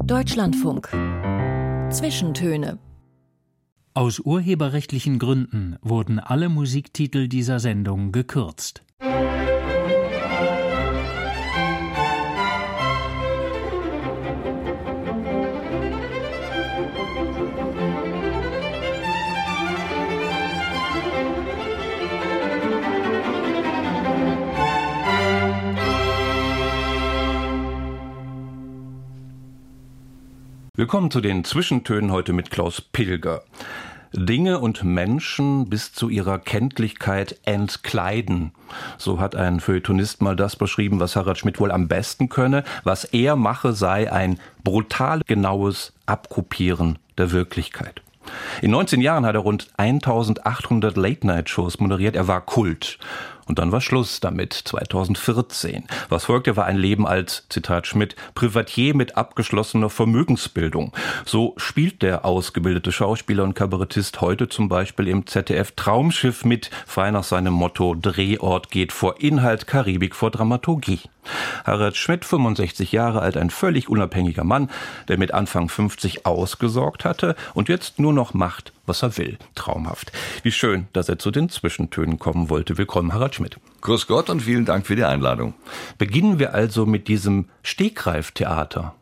Deutschlandfunk. Zwischentöne. Aus urheberrechtlichen Gründen wurden alle Musiktitel dieser Sendung gekürzt. Willkommen zu den Zwischentönen heute mit Klaus Pilger. Dinge und Menschen bis zu ihrer Kenntlichkeit entkleiden. So hat ein Feuilletonist mal das beschrieben, was Harald Schmidt wohl am besten könne. Was er mache, sei ein brutal genaues Abkopieren der Wirklichkeit. In 19 Jahren hat er rund 1800 Late-Night-Shows moderiert. Er war Kult. Und dann war Schluss damit, 2014. Was folgte, war ein Leben als, Zitat Schmidt, Privatier mit abgeschlossener Vermögensbildung. So spielt der ausgebildete Schauspieler und Kabarettist heute zum Beispiel im ZDF Traumschiff mit, frei nach seinem Motto, Drehort geht vor Inhalt, Karibik vor Dramaturgie. Harald Schmidt, 65 Jahre alt, ein völlig unabhängiger Mann, der mit Anfang 50 ausgesorgt hatte und jetzt nur noch macht, was er will. Traumhaft. Wie schön, dass er zu den Zwischentönen kommen wollte. Willkommen, Harald Schmidt. Grüß Gott und vielen Dank für die Einladung. Beginnen wir also mit diesem Stegreiftheater.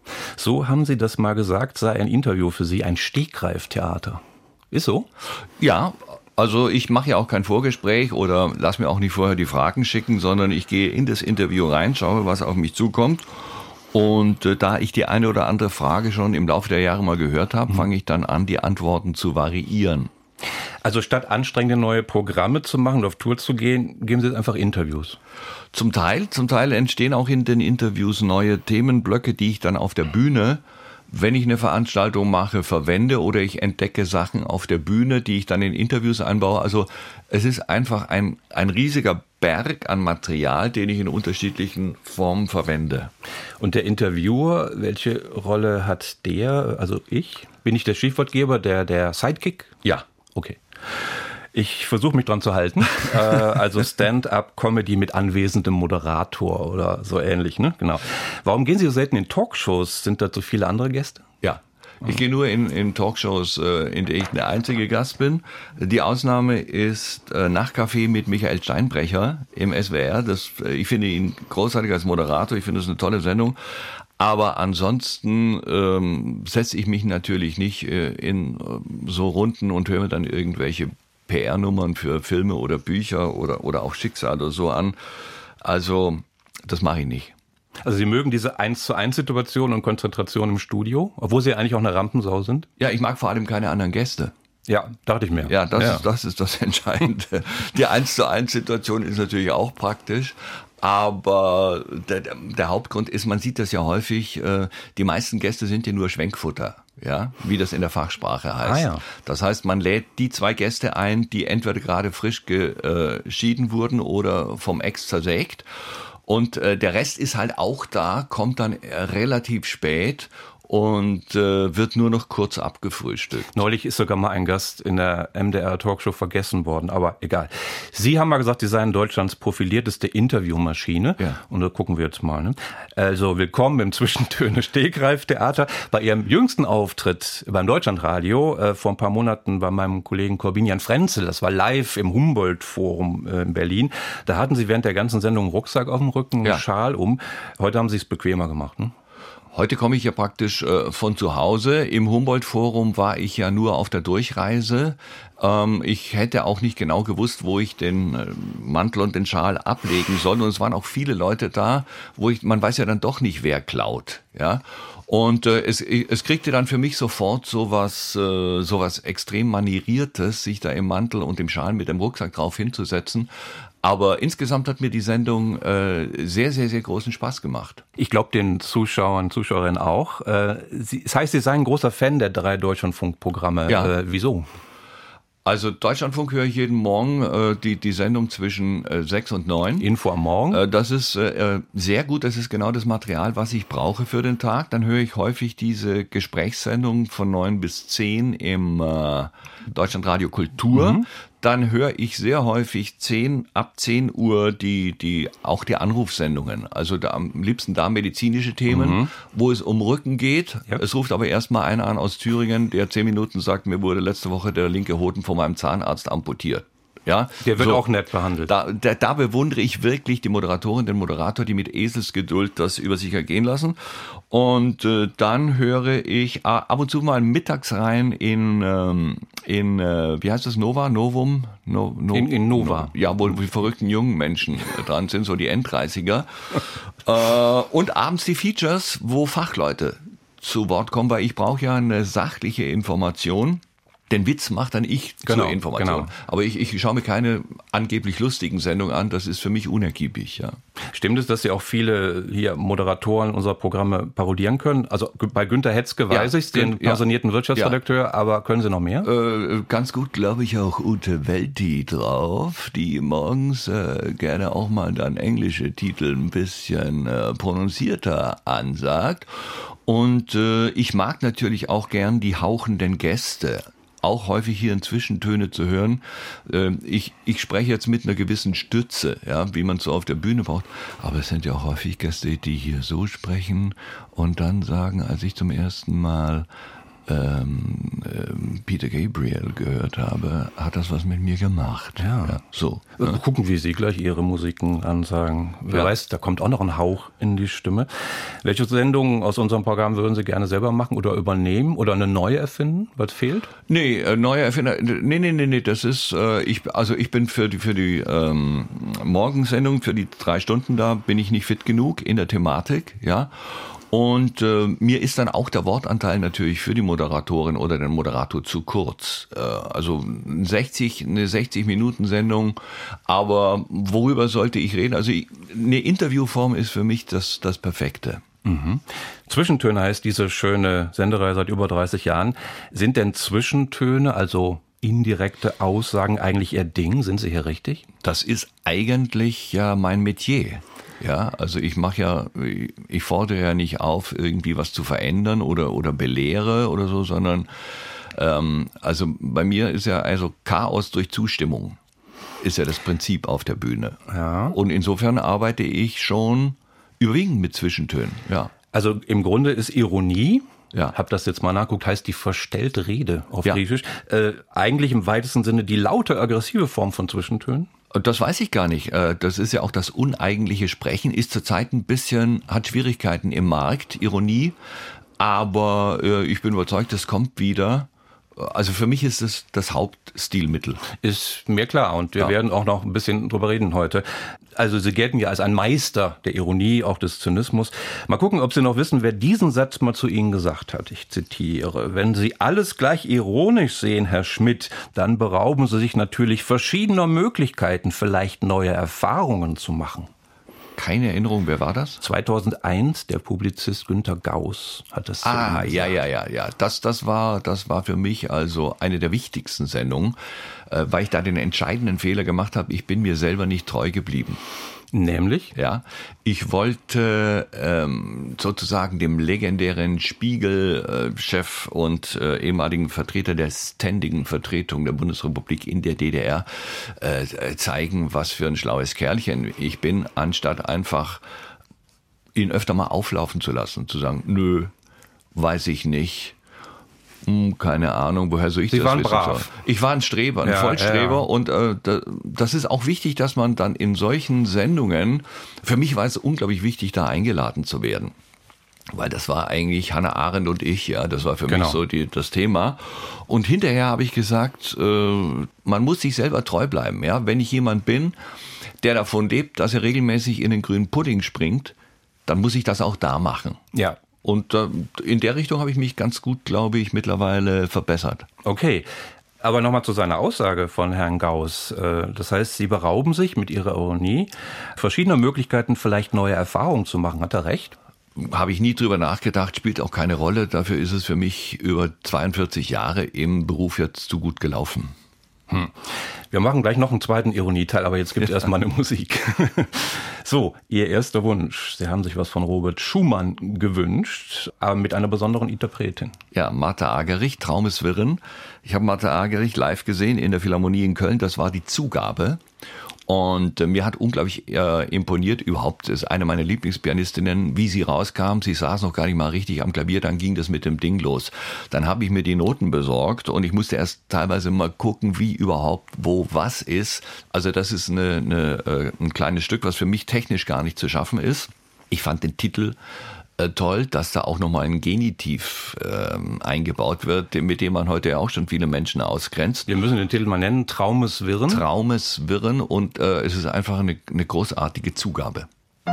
So haben Sie das mal gesagt, sei ein Interview für Sie ein Stegreiftheater. Ist so? Ja, also ich mache ja auch kein Vorgespräch oder lass mir auch nicht vorher die Fragen schicken, sondern ich gehe in das Interview rein, schaue, was auf mich zukommt. Und da ich die eine oder andere Frage schon im Laufe der Jahre mal gehört habe, fange ich dann an, die Antworten zu variieren. Also statt anstrengende neue Programme zu machen und auf Tour zu gehen, geben Sie jetzt einfach Interviews? Zum Teil entstehen auch in den Interviews neue Themenblöcke, die ich dann auf der Bühne, wenn ich eine Veranstaltung mache, verwende oder ich entdecke Sachen auf der Bühne, die ich dann in Interviews einbaue. Also es ist einfach ein riesiger Berg an Material, den ich in unterschiedlichen Formen verwende. Und der Interviewer, welche Rolle hat der, also ich? Bin ich der Stichwortgeber, der Sidekick? Ja. Okay. Ich versuche mich dran zu halten. Also Stand-up-Comedy mit anwesendem Moderator oder so ähnlich, ne? Genau. Warum gehen Sie so selten in Talkshows? Sind da so viele andere Gäste? Ja. Ich gehe nur in Talkshows, in denen ich der einzige Gast bin. Die Ausnahme ist Nachtcafé mit Michael Steinbrecher im SWR. Ich finde ihn großartig als Moderator. Ich finde es eine tolle Sendung. Aber ansonsten setze ich mich natürlich nicht in so Runden und höre mir dann irgendwelche PR-Nummern für Filme oder Bücher oder auch Schicksal oder so an. Also das mache ich nicht. Also Sie mögen diese 1:1-Situation und Konzentration im Studio, obwohl Sie eigentlich auch eine Rampensau sind? Ja, ich mag vor allem keine anderen Gäste. Ja, dachte ich mir. Ja, das ist das Entscheidende. Die 1:1-Situation ist natürlich auch praktisch. Aber der Hauptgrund ist, man sieht das ja häufig, die meisten Gäste sind ja nur Schwenkfutter, ja, wie das in der Fachsprache heißt. Ah, ja. Das heißt, man lädt die 2 Gäste ein, die entweder gerade frisch geschieden wurden oder vom Ex zersägt. Und der Rest ist halt auch da, kommt dann relativ spät und wird nur noch kurz abgefrühstückt. Neulich ist sogar mal ein Gast in der MDR-Talkshow vergessen worden, aber egal. Sie haben mal gesagt, Sie seien Deutschlands profilierteste Interviewmaschine. Ja. Und da gucken wir jetzt mal. Ne? Also willkommen im Zwischentöne-Stegreiftheater. Bei Ihrem jüngsten Auftritt beim Deutschlandradio vor ein paar Monaten bei meinem Kollegen Corbinian Frenzel, das war live im Humboldt-Forum in Berlin, da hatten Sie während der ganzen Sendung einen Rucksack auf dem Rücken, einen Schal um. Heute haben Sie es bequemer gemacht, ne? Heute komme ich ja praktisch von zu Hause. Im Humboldt-Forum war ich ja nur auf der Durchreise. Ich hätte auch nicht genau gewusst, wo ich den Mantel und den Schal ablegen soll. Und es waren auch viele Leute da, man weiß ja dann doch nicht, wer klaut. Ja. Und es kriegte dann für mich sofort sowas extrem Manieriertes, sich da im Mantel und im Schal mit dem Rucksack drauf hinzusetzen. Aber insgesamt hat mir die Sendung sehr, sehr, sehr großen Spaß gemacht. Ich glaube den Zuschauern, Zuschauerinnen auch. Das heißt, Sie seien ein großer Fan der 3 Deutschlandfunkprogramme. Ja. Wieso? Also Deutschlandfunk höre ich jeden Morgen, die Sendung zwischen 6 und 9. Info am Morgen. Das ist sehr gut, das ist genau das Material, was ich brauche für den Tag. Dann höre ich häufig diese Gesprächssendung von 9 bis 10 im Deutschlandradio Kultur. dann höre ich sehr häufig ab 10 Uhr auch die Anrufsendungen. Also am liebsten da medizinische Themen, wo es um Rücken geht. Ja. Es ruft aber erstmal einer an aus Thüringen, der 10 Minuten sagt, mir wurde letzte Woche der linke Hoden von meinem Zahnarzt amputiert. Ja, der wird auch nett behandelt. Da bewundere ich wirklich die Moderatorin, den Moderator, die mit Eselsgeduld das über sich ergehen lassen. Und dann höre ich ab und zu mal mittags rein in wie heißt das, Nova? Novum? In Nova. Ja, wo die verrückten jungen Menschen dran sind, so die End-30er. Und abends die Features, wo Fachleute zu Wort kommen, weil ich brauche ja eine sachliche Information. Den Witz macht dann ich zur Information. Genau. Aber ich schaue mir keine angeblich lustigen Sendungen an, das ist für mich unergiebig. Ja. Stimmt es, dass Sie auch viele hier Moderatoren unserer Programme parodieren können? Also bei Günter Hetzke weiß ich, den pensionierten Wirtschaftsredakteur, aber können Sie noch mehr? Ganz gut, glaube ich, auch Ute Welti drauf, die morgens gerne auch mal dann englische Titel ein bisschen prononcierter ansagt. Und ich mag natürlich auch gern die hauchenden Gäste. Auch häufig hier in Zwischentöne zu hören. Ich spreche jetzt mit einer gewissen Stütze, ja, wie man so auf der Bühne braucht. Aber es sind ja auch häufig Gäste, die hier so sprechen und dann sagen, als ich zum ersten Mal Peter Gabriel gehört habe, hat das was mit mir gemacht. Ja. So. Gucken, wie Sie gleich Ihre Musiken ansagen. Wer weiß, da kommt auch noch ein Hauch in die Stimme. Welche Sendungen aus unserem Programm würden Sie gerne selber machen oder übernehmen oder eine neue erfinden? Was fehlt? Nee, neue erfinden. Nee, das ist, ich bin für die Morgensendung, für die 3 Stunden da, bin ich nicht fit genug in der Thematik, ja. Und mir ist dann auch der Wortanteil natürlich für die Moderatorin oder den Moderator zu kurz. Also eine 60-Minuten-Sendung, aber worüber sollte ich reden? Also eine Interviewform ist für mich das Perfekte. Mhm. Zwischentöne heißt diese schöne Sendereihe seit über 30 Jahren. Sind denn Zwischentöne, also indirekte Aussagen, eigentlich Ihr Ding? Sind Sie hier richtig? Das ist eigentlich ja mein Metier. Ja, also ich fordere ja nicht auf, irgendwie was zu verändern oder belehre oder so, sondern also bei mir ist ja also Chaos durch Zustimmung ist ja das Prinzip auf der Bühne. Ja. Und insofern arbeite ich schon überwiegend mit Zwischentönen. Ja. Also im Grunde ist Ironie, ja, hab das jetzt mal nachgeguckt, heißt die verstellte Rede auf Griechisch, eigentlich im weitesten Sinne die laute, aggressive Form von Zwischentönen? Das weiß ich gar nicht. Das ist ja auch das uneigentliche Sprechen, ist zurzeit hat Schwierigkeiten im Markt, Ironie, aber ich bin überzeugt, das kommt wieder. Also für mich ist es das Hauptstilmittel. Ist mir klar und wir werden auch noch ein bisschen drüber reden heute. Also Sie gelten ja als ein Meister der Ironie, auch des Zynismus. Mal gucken, ob Sie noch wissen, wer diesen Satz mal zu Ihnen gesagt hat. Ich zitiere: Wenn Sie alles gleich ironisch sehen, Herr Schmidt, dann berauben Sie sich natürlich verschiedener Möglichkeiten, vielleicht neue Erfahrungen zu machen. Keine Erinnerung, wer war das? 2001, der Publizist Günter Gauss hat das gesagt. Ja. Das war für mich also eine der wichtigsten Sendungen, weil ich da den entscheidenden Fehler gemacht habe. Ich bin mir selber nicht treu geblieben. Nämlich? Ja, ich wollte sozusagen dem legendären Spiegel-Chef und ehemaligen Vertreter der ständigen Vertretung der Bundesrepublik in der DDR zeigen, was für ein schlaues Kerlchen ich bin, anstatt einfach ihn öfter mal auflaufen zu lassen, zu sagen, nö, weiß ich nicht. Keine Ahnung, woher soll ich Sie das waren wissen brav. soll. Ich war ein Streber, ein Vollstreber. Ja. Und das ist auch wichtig, dass man dann in solchen Sendungen, für mich war es unglaublich wichtig, da eingeladen zu werden. Weil das war eigentlich Hannah Arendt und ich, ja, das war für mich so das Thema. Und hinterher habe ich gesagt, man muss sich selber treu bleiben. Ja, wenn ich jemand bin, der davon lebt, dass er regelmäßig in den grünen Pudding springt, dann muss ich das auch da machen. Ja. Und in der Richtung habe ich mich ganz gut, glaube ich, mittlerweile verbessert. Okay, aber nochmal zu seiner Aussage von Herrn Gauss. Das heißt, Sie berauben sich mit Ihrer Ironie verschiedener Möglichkeiten, vielleicht neue Erfahrungen zu machen. Hat er recht? Habe ich nie drüber nachgedacht, spielt auch keine Rolle. Dafür ist es für mich über 42 Jahre im Beruf jetzt zu gut gelaufen. Wir machen gleich noch einen zweiten Ironieteil, aber jetzt gibt es erstmal eine Musik. So, Ihr erster Wunsch. Sie haben sich was von Robert Schumann gewünscht, aber mit einer besonderen Interpretin. Ja, Martha Argerich, Traumeswirren. Ich habe Martha Argerich live gesehen in der Philharmonie in Köln. Das war die Zugabe. Und mir hat unglaublich imponiert, überhaupt ist eine meiner Lieblingspianistinnen, wie sie rauskam. Sie saß noch gar nicht mal richtig am Klavier, dann ging das mit dem Ding los. Dann habe ich mir die Noten besorgt und ich musste erst teilweise mal gucken, wie überhaupt, wo was ist. Also das ist ein kleines Stück, was für mich technisch gar nicht zu schaffen ist. Ich fand den Titel toll, dass da auch nochmal ein Genitiv eingebaut wird, mit dem man heute auch schon viele Menschen ausgrenzt. Wir müssen den Titel mal nennen, Traumeswirren. Traumeswirren und es ist einfach eine großartige Zugabe.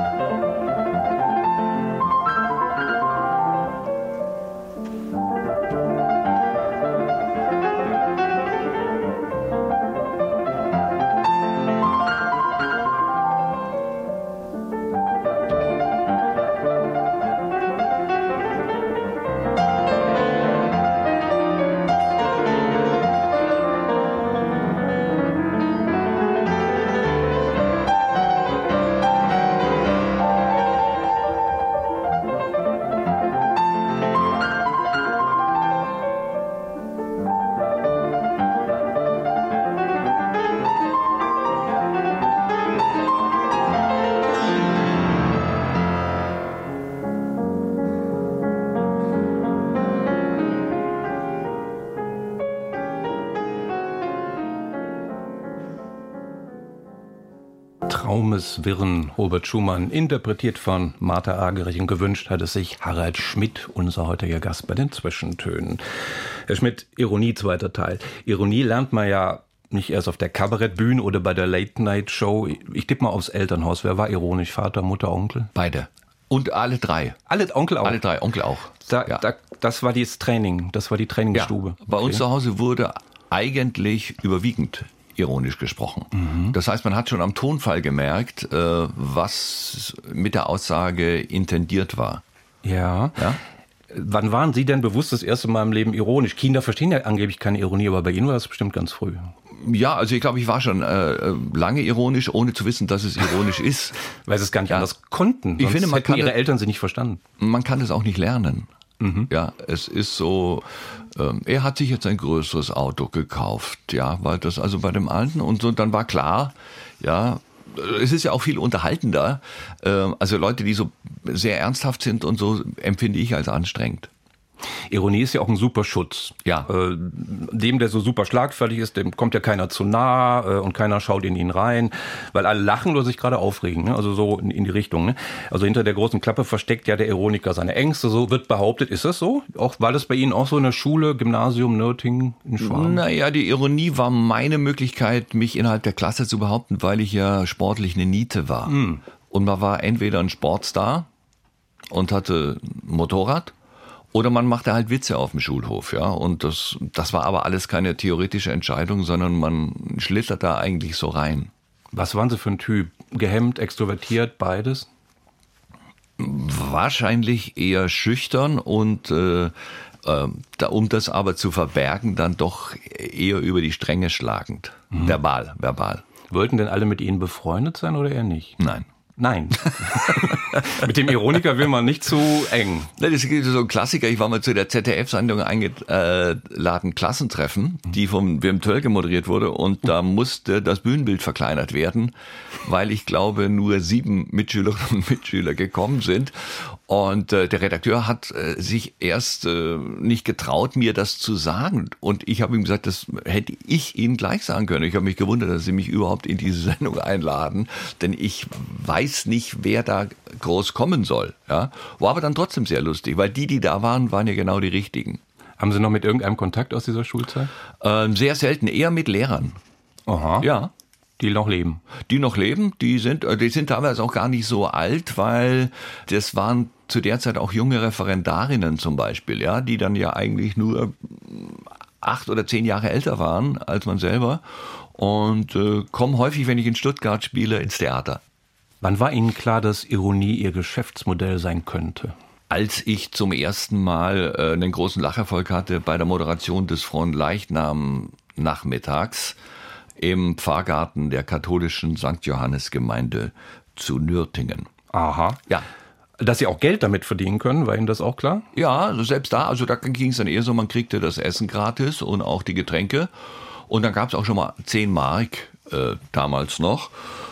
Traumeswirren, Robert Schumann, interpretiert von Martha Argerich, und gewünscht hat es sich Harald Schmidt, unser heutiger Gast bei den Zwischentönen. Herr Schmidt, Ironie, zweiter Teil. Ironie lernt man ja nicht erst auf der Kabarettbühne oder bei der Late-Night-Show. Ich tippe mal aufs Elternhaus. Wer war ironisch? Vater, Mutter, Onkel? Beide. Und alle drei. Onkel auch? Alle drei, Onkel auch. Das war das Training, das war die Trainingsstube. Ja, bei uns zu Hause wurde eigentlich überwiegend ironisch gesprochen. Das heißt, man hat schon am Tonfall gemerkt, was mit der Aussage intendiert war. Ja. Wann waren Sie denn bewusst das erste Mal im Leben ironisch? Kinder verstehen ja angeblich keine Ironie, aber bei Ihnen war das bestimmt ganz früh. Ja, also ich glaube, ich war schon lange ironisch, ohne zu wissen, dass es ironisch ist. Weil sie es gar nicht anders konnten. Ich finde, ihre Eltern sie nicht verstanden. Man kann es auch nicht lernen. Ja, es ist so, er hat sich jetzt ein größeres Auto gekauft, ja, weil das also bei dem Alten und so, dann war klar, ja, es ist ja auch viel unterhaltender, also Leute, die so sehr ernsthaft sind und so, empfinde ich als anstrengend. Ironie ist ja auch ein super Schutz. Ja. Dem, der so super schlagfertig ist, dem kommt ja keiner zu nah und keiner schaut in ihn rein, weil alle lachen oder sich gerade aufregen, ne? Also so in die Richtung. Ne? Also hinter der großen Klappe versteckt ja der Ironiker seine Ängste, so wird behauptet. Ist das so? Auch, war das bei Ihnen auch so in der Schule, Gymnasium, Nürtingen, in Schwaben? Naja, die Ironie war meine Möglichkeit, mich innerhalb der Klasse zu behaupten, weil ich ja sportlich eine Niete war. Und man war entweder ein Sportstar und hatte ein Motorrad, oder man machte halt Witze auf dem Schulhof, ja. Und das war aber alles keine theoretische Entscheidung, sondern man schlittert da eigentlich so rein. Was waren Sie für ein Typ? Gehemmt, extrovertiert, beides? Wahrscheinlich eher schüchtern und um das aber zu verbergen, dann doch eher über die Stränge schlagend. Verbal. Wollten denn alle mit Ihnen befreundet sein oder eher nicht? Nein. Mit dem Ironiker will man nicht zu eng. Das ist so ein Klassiker. Ich war mal zu der ZDF-Sendung eingeladen, Klassentreffen, die vom Wim Tölke moderiert wurde. Und da musste das Bühnenbild verkleinert werden, weil ich glaube, nur 7 Mitschülerinnen und Mitschüler gekommen sind. Und der Redakteur hat sich erst nicht getraut, mir das zu sagen. Und ich habe ihm gesagt, das hätte ich Ihnen gleich sagen können. Ich habe mich gewundert, dass Sie mich überhaupt in diese Sendung einladen. Denn ich weiß nicht, wer da groß kommen soll. Ja? War aber dann trotzdem sehr lustig, weil die da waren, waren ja genau die richtigen. Haben Sie noch mit irgendeinem Kontakt aus dieser Schulzeit? Sehr selten, eher mit Lehrern. Aha. Ja. Die noch leben? Die sind teilweise auch gar nicht so alt, weil das waren zu der Zeit auch junge Referendarinnen zum Beispiel, ja, die dann ja eigentlich nur 8 oder 10 Jahre älter waren als man selber und kommen häufig, wenn ich in Stuttgart spiele, ins Theater. Wann war Ihnen klar, dass Ironie Ihr Geschäftsmodell sein könnte? Als ich zum ersten Mal einen großen Lacherfolg hatte bei der Moderation des Fronleichnam nachmittags im Pfarrgarten der katholischen St. Johannes-Gemeinde zu Nürtingen. Aha. Ja. Dass Sie auch Geld damit verdienen können, war Ihnen das auch klar? Ja, selbst da, also da ging es dann eher so, man kriegte das Essen gratis und auch die Getränke. Und dann gab es auch schon mal 10 Mark damals noch.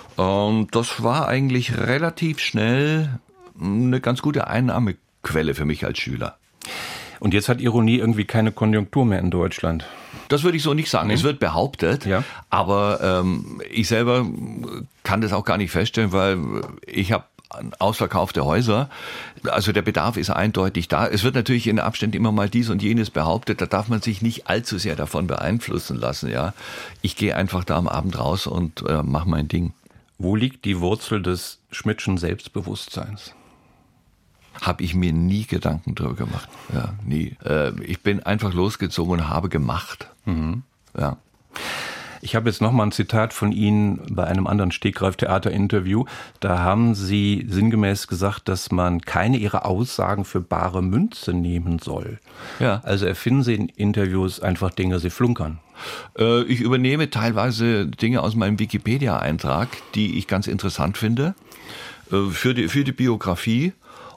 Das war eigentlich relativ schnell eine ganz gute Einnahmequelle für mich als Schüler. Und jetzt hat Ironie irgendwie keine Konjunktur mehr in Deutschland. Das würde ich so nicht sagen. Es wird behauptet, ja. Aber ich selber kann das auch gar nicht feststellen, weil ich habe ausverkaufte Häuser. Also der Bedarf ist eindeutig da. Es wird natürlich in Abständen immer mal dies und jenes behauptet. Da darf man sich nicht allzu sehr davon beeinflussen lassen. Ja, ich gehe einfach da am Abend raus und mache mein Ding. Wo liegt die Wurzel des Schmidtschen Selbstbewusstseins? Habe ich mir nie Gedanken drüber gemacht. Ja, nie. Ich bin einfach losgezogen und habe gemacht. Mhm. Ja. Ich habe jetzt nochmal ein Zitat von Ihnen bei einem anderen Stegreif-Theater-Interview. Da haben Sie sinngemäß gesagt, dass man keine Ihrer Aussagen für bare Münze nehmen soll. Ja. Also erfinden Sie in Interviews einfach Dinge, Sie flunkern. Ich übernehme teilweise Dinge aus meinem Wikipedia-Eintrag, die ich ganz interessant finde, für die Biografie.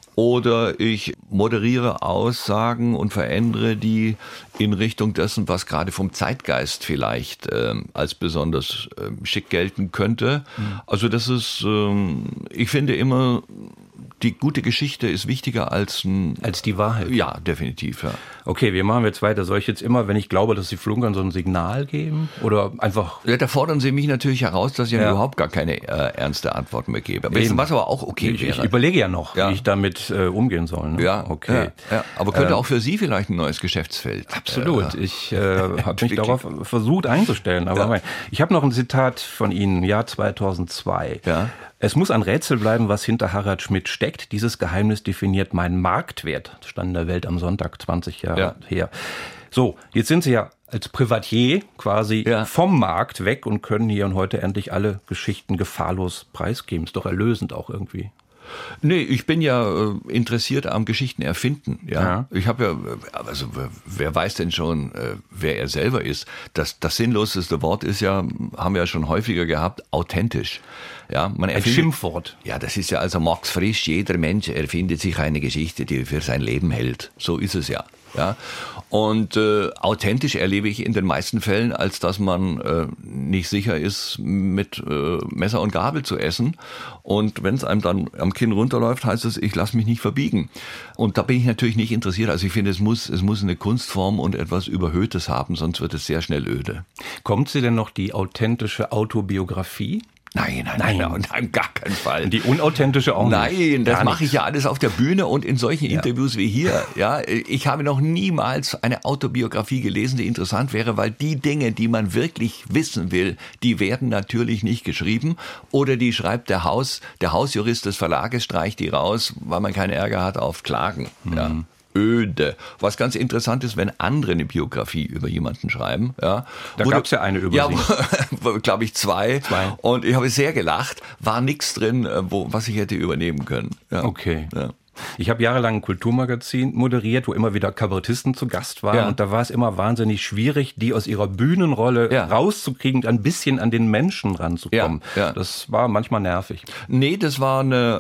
Oder ich moderiere Aussagen und verändere die in Richtung dessen, was gerade vom Zeitgeist vielleicht als besonders schick gelten könnte. Also das ist, ich finde immer, die gute Geschichte ist wichtiger als die Wahrheit. Ja, definitiv, ja. Okay, wir machen jetzt weiter. Soll ich jetzt immer, wenn ich glaube, dass Sie flunkern, so ein Signal geben? Oder einfach... Ja, da fordern Sie mich natürlich heraus, dass ich überhaupt gar keine ernste Antwort mehr gebe. Was aber auch okay wäre. Ich überlege ja noch, wie ich damit umgehen soll. Ne? Ja, okay. Ja. Aber könnte auch für Sie vielleicht ein neues Geschäftsfeld. Absolut. Ich habe mich darauf versucht einzustellen. Aber ich habe noch ein Zitat von Ihnen, Jahr 2002. Ja. Es muss ein Rätsel bleiben, was hinter Harald Schmidt steckt. Dieses Geheimnis definiert meinen Marktwert. Das stand in der Welt am Sonntag, 20 Jahre her. So, jetzt sind Sie ja als Privatier quasi vom Markt weg und können hier und heute endlich alle Geschichten gefahrlos preisgeben. Ist doch erlösend auch irgendwie. Nee, ich bin ja interessiert am Geschichten erfinden. Ja. Ich habe ja, also wer weiß denn schon, wer er selber ist? Das sinnloseste Wort ist ja, haben wir ja schon häufiger gehabt, authentisch. Ja, man ein Schimpfwort. Ja, das ist ja also Max Frisch, jeder Mensch erfindet sich eine Geschichte, die für sein Leben hält. So ist es ja. Ja, und authentisch erlebe ich in den meisten Fällen, als dass man nicht sicher ist, mit Messer und Gabel zu essen. Und wenn es einem dann am Kinn runterläuft, heißt es, ich lasse mich nicht verbiegen. Und da bin ich natürlich nicht interessiert. Also ich finde, es muss eine Kunstform und etwas Überhöhtes haben, sonst wird es sehr schnell öde. Kommt Sie denn noch die authentische Autobiografie? Nein, gar keinen Fall. Die unauthentische auch nicht? Nein, das mache ich ja alles auf der Bühne und in solchen Interviews wie hier. Ja, ich habe noch niemals eine Autobiografie gelesen, die interessant wäre, weil die Dinge, die man wirklich wissen will, die werden natürlich nicht geschrieben oder die schreibt der Hausjurist des Verlages, streicht die raus, weil man keinen Ärger hat auf Klagen. Ja. Öde. Was ganz interessant ist, wenn andere eine Biografie über jemanden schreiben. Ja, da gab es ja eine über Sie. Ja, glaube ich, zwei. Und ich habe sehr gelacht. War nichts drin, was ich hätte übernehmen können. Ja. Okay. Ja. Ich habe jahrelang ein Kulturmagazin moderiert, wo immer wieder Kabarettisten zu Gast waren. Ja. Und da war es immer wahnsinnig schwierig, die aus ihrer Bühnenrolle rauszukriegen und ein bisschen an den Menschen ranzukommen. Ja. Das war manchmal nervig. Nee, das war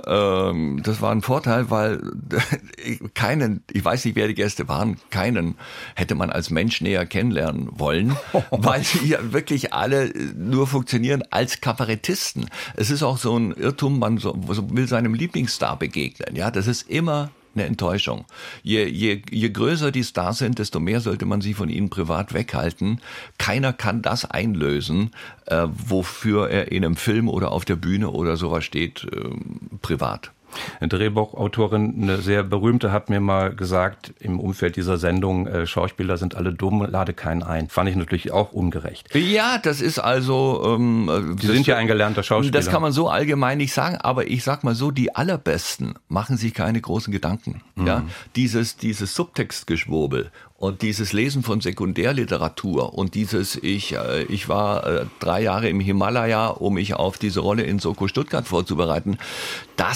ein Vorteil, weil ich weiß nicht, wer die Gäste waren, keinen hätte man als Mensch näher kennenlernen wollen, weil sie ja wirklich alle nur funktionieren als Kabarettisten. Es ist auch so ein Irrtum, man will seinem Lieblingsstar begegnen. Ja, das ist immer eine Enttäuschung. Je größer die Stars sind, desto mehr sollte man sie von ihnen privat weghalten. Keiner kann das einlösen, wofür er in einem Film oder auf der Bühne oder sowas steht, privat. Eine Drehbuchautorin, eine sehr berühmte, hat mir mal gesagt, im Umfeld dieser Sendung, Schauspieler sind alle dumm, lade keinen ein. Fand ich natürlich auch ungerecht. Ja, das ist also... Sie sind ja ein gelernter Schauspieler. Das kann man so allgemein nicht sagen, aber ich sag mal so, die Allerbesten machen sich keine großen Gedanken. Mhm. Ja? Dieses Subtextgeschwurbel und dieses Lesen von Sekundärliteratur und dieses, ich war 3 Jahre im Himalaya, um mich auf diese Rolle in Soko Stuttgart vorzubereiten, das hören Sie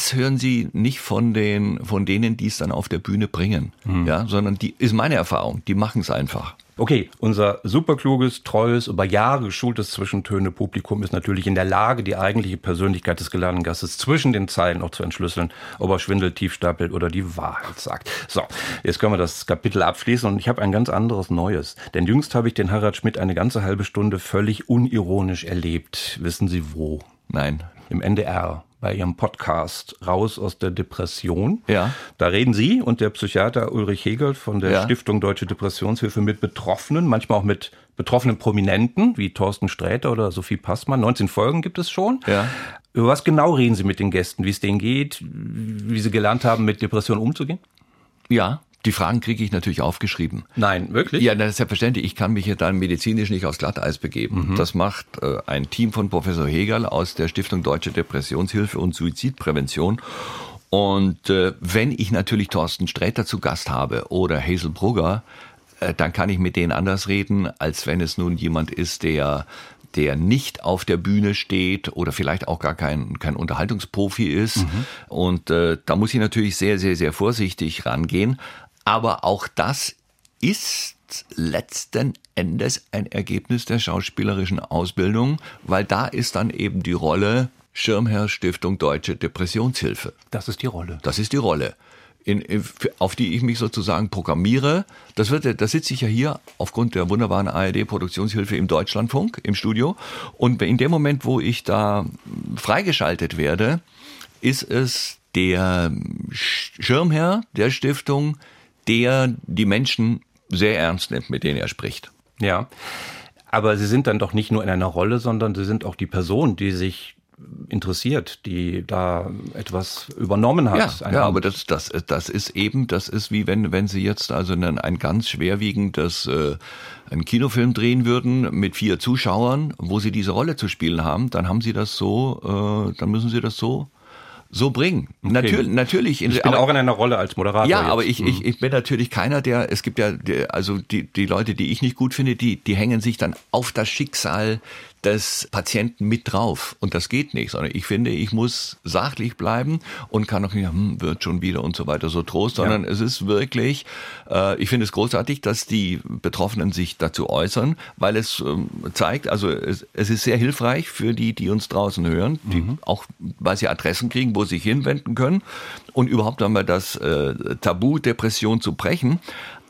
sie nicht von denen, die es dann auf der Bühne bringen, ja, sondern ist meine Erfahrung, die machen es einfach. Okay, unser superkluges, treues, über Jahre geschultes Zwischentöne-Publikum ist natürlich in der Lage, die eigentliche Persönlichkeit des geladenen Gastes zwischen den Zeilen auch zu entschlüsseln, ob er Schwindel, tief stapelt oder die Wahrheit sagt. So, jetzt können wir das Kapitel abschließen und ich habe ein ganz anderes Neues. Denn jüngst habe ich den Harald Schmidt eine ganze halbe Stunde völlig unironisch erlebt. Wissen Sie wo? Nein. Im NDR. Bei Ihrem Podcast Raus aus der Depression. Ja. Da reden Sie und der Psychiater Ulrich Hegel von der Stiftung Deutsche Depressionshilfe mit Betroffenen, manchmal auch mit betroffenen Prominenten, wie Thorsten Sträter oder Sophie Passmann. 19 Folgen gibt es schon. Ja. Über was genau reden Sie mit den Gästen? Wie es denen geht? Wie sie gelernt haben, mit Depressionen umzugehen? Ja. Die Fragen kriege ich natürlich aufgeschrieben. Nein, wirklich? Ja, das ist selbstverständlich. Ich kann mich ja dann medizinisch nicht aufs Glatteis begeben. Das macht ein Team von Professor Hegel aus der Stiftung Deutsche Depressionshilfe und Suizidprävention. Und wenn ich natürlich Thorsten Sträter zu Gast habe oder Hazel Brugger, dann kann ich mit denen anders reden, als wenn es nun jemand ist, der nicht auf der Bühne steht oder vielleicht auch gar kein Unterhaltungsprofi ist. Und da muss ich natürlich sehr, sehr, sehr vorsichtig rangehen. Aber auch das ist letzten Endes ein Ergebnis der schauspielerischen Ausbildung, weil da ist dann eben die Rolle Schirmherr Stiftung Deutsche Depressionshilfe. Das ist die Rolle. Das ist die Rolle, auf die ich mich sozusagen programmiere. Da sitze ich ja hier aufgrund der wunderbaren ARD-Produktionshilfe im Deutschlandfunk, im Studio. Und in dem Moment, wo ich da freigeschaltet werde, ist es der Schirmherr der Stiftung, der die Menschen sehr ernst nimmt, mit denen er spricht. Ja, aber Sie sind dann doch nicht nur in einer Rolle, sondern Sie sind auch die Person, die sich interessiert, die da etwas übernommen hat. Ja, aber das ist wie wenn Sie jetzt also ein ganz schwerwiegendes einen Kinofilm drehen würden mit 4 Zuschauern, wo Sie diese Rolle zu spielen haben, dann haben Sie das dann müssen Sie das so bringen. Okay. Natürlich. Ich bin auch in einer Rolle als Moderator. Ja, jetzt. aber ich bin natürlich keiner, es gibt ja, also die Leute, die ich nicht gut finde, die hängen sich dann auf das Schicksal des Patienten mit drauf. Und das geht nicht, sondern ich finde, ich muss sachlich bleiben und kann auch nicht, wird schon wieder und so weiter, so Trost, sondern es ist wirklich, ich finde es großartig, dass die Betroffenen sich dazu äußern, weil es zeigt, also es ist sehr hilfreich für die uns draußen hören, die auch, weil sie Adressen kriegen, wo sie sich hinwenden können und überhaupt einmal das Tabu Depression zu brechen.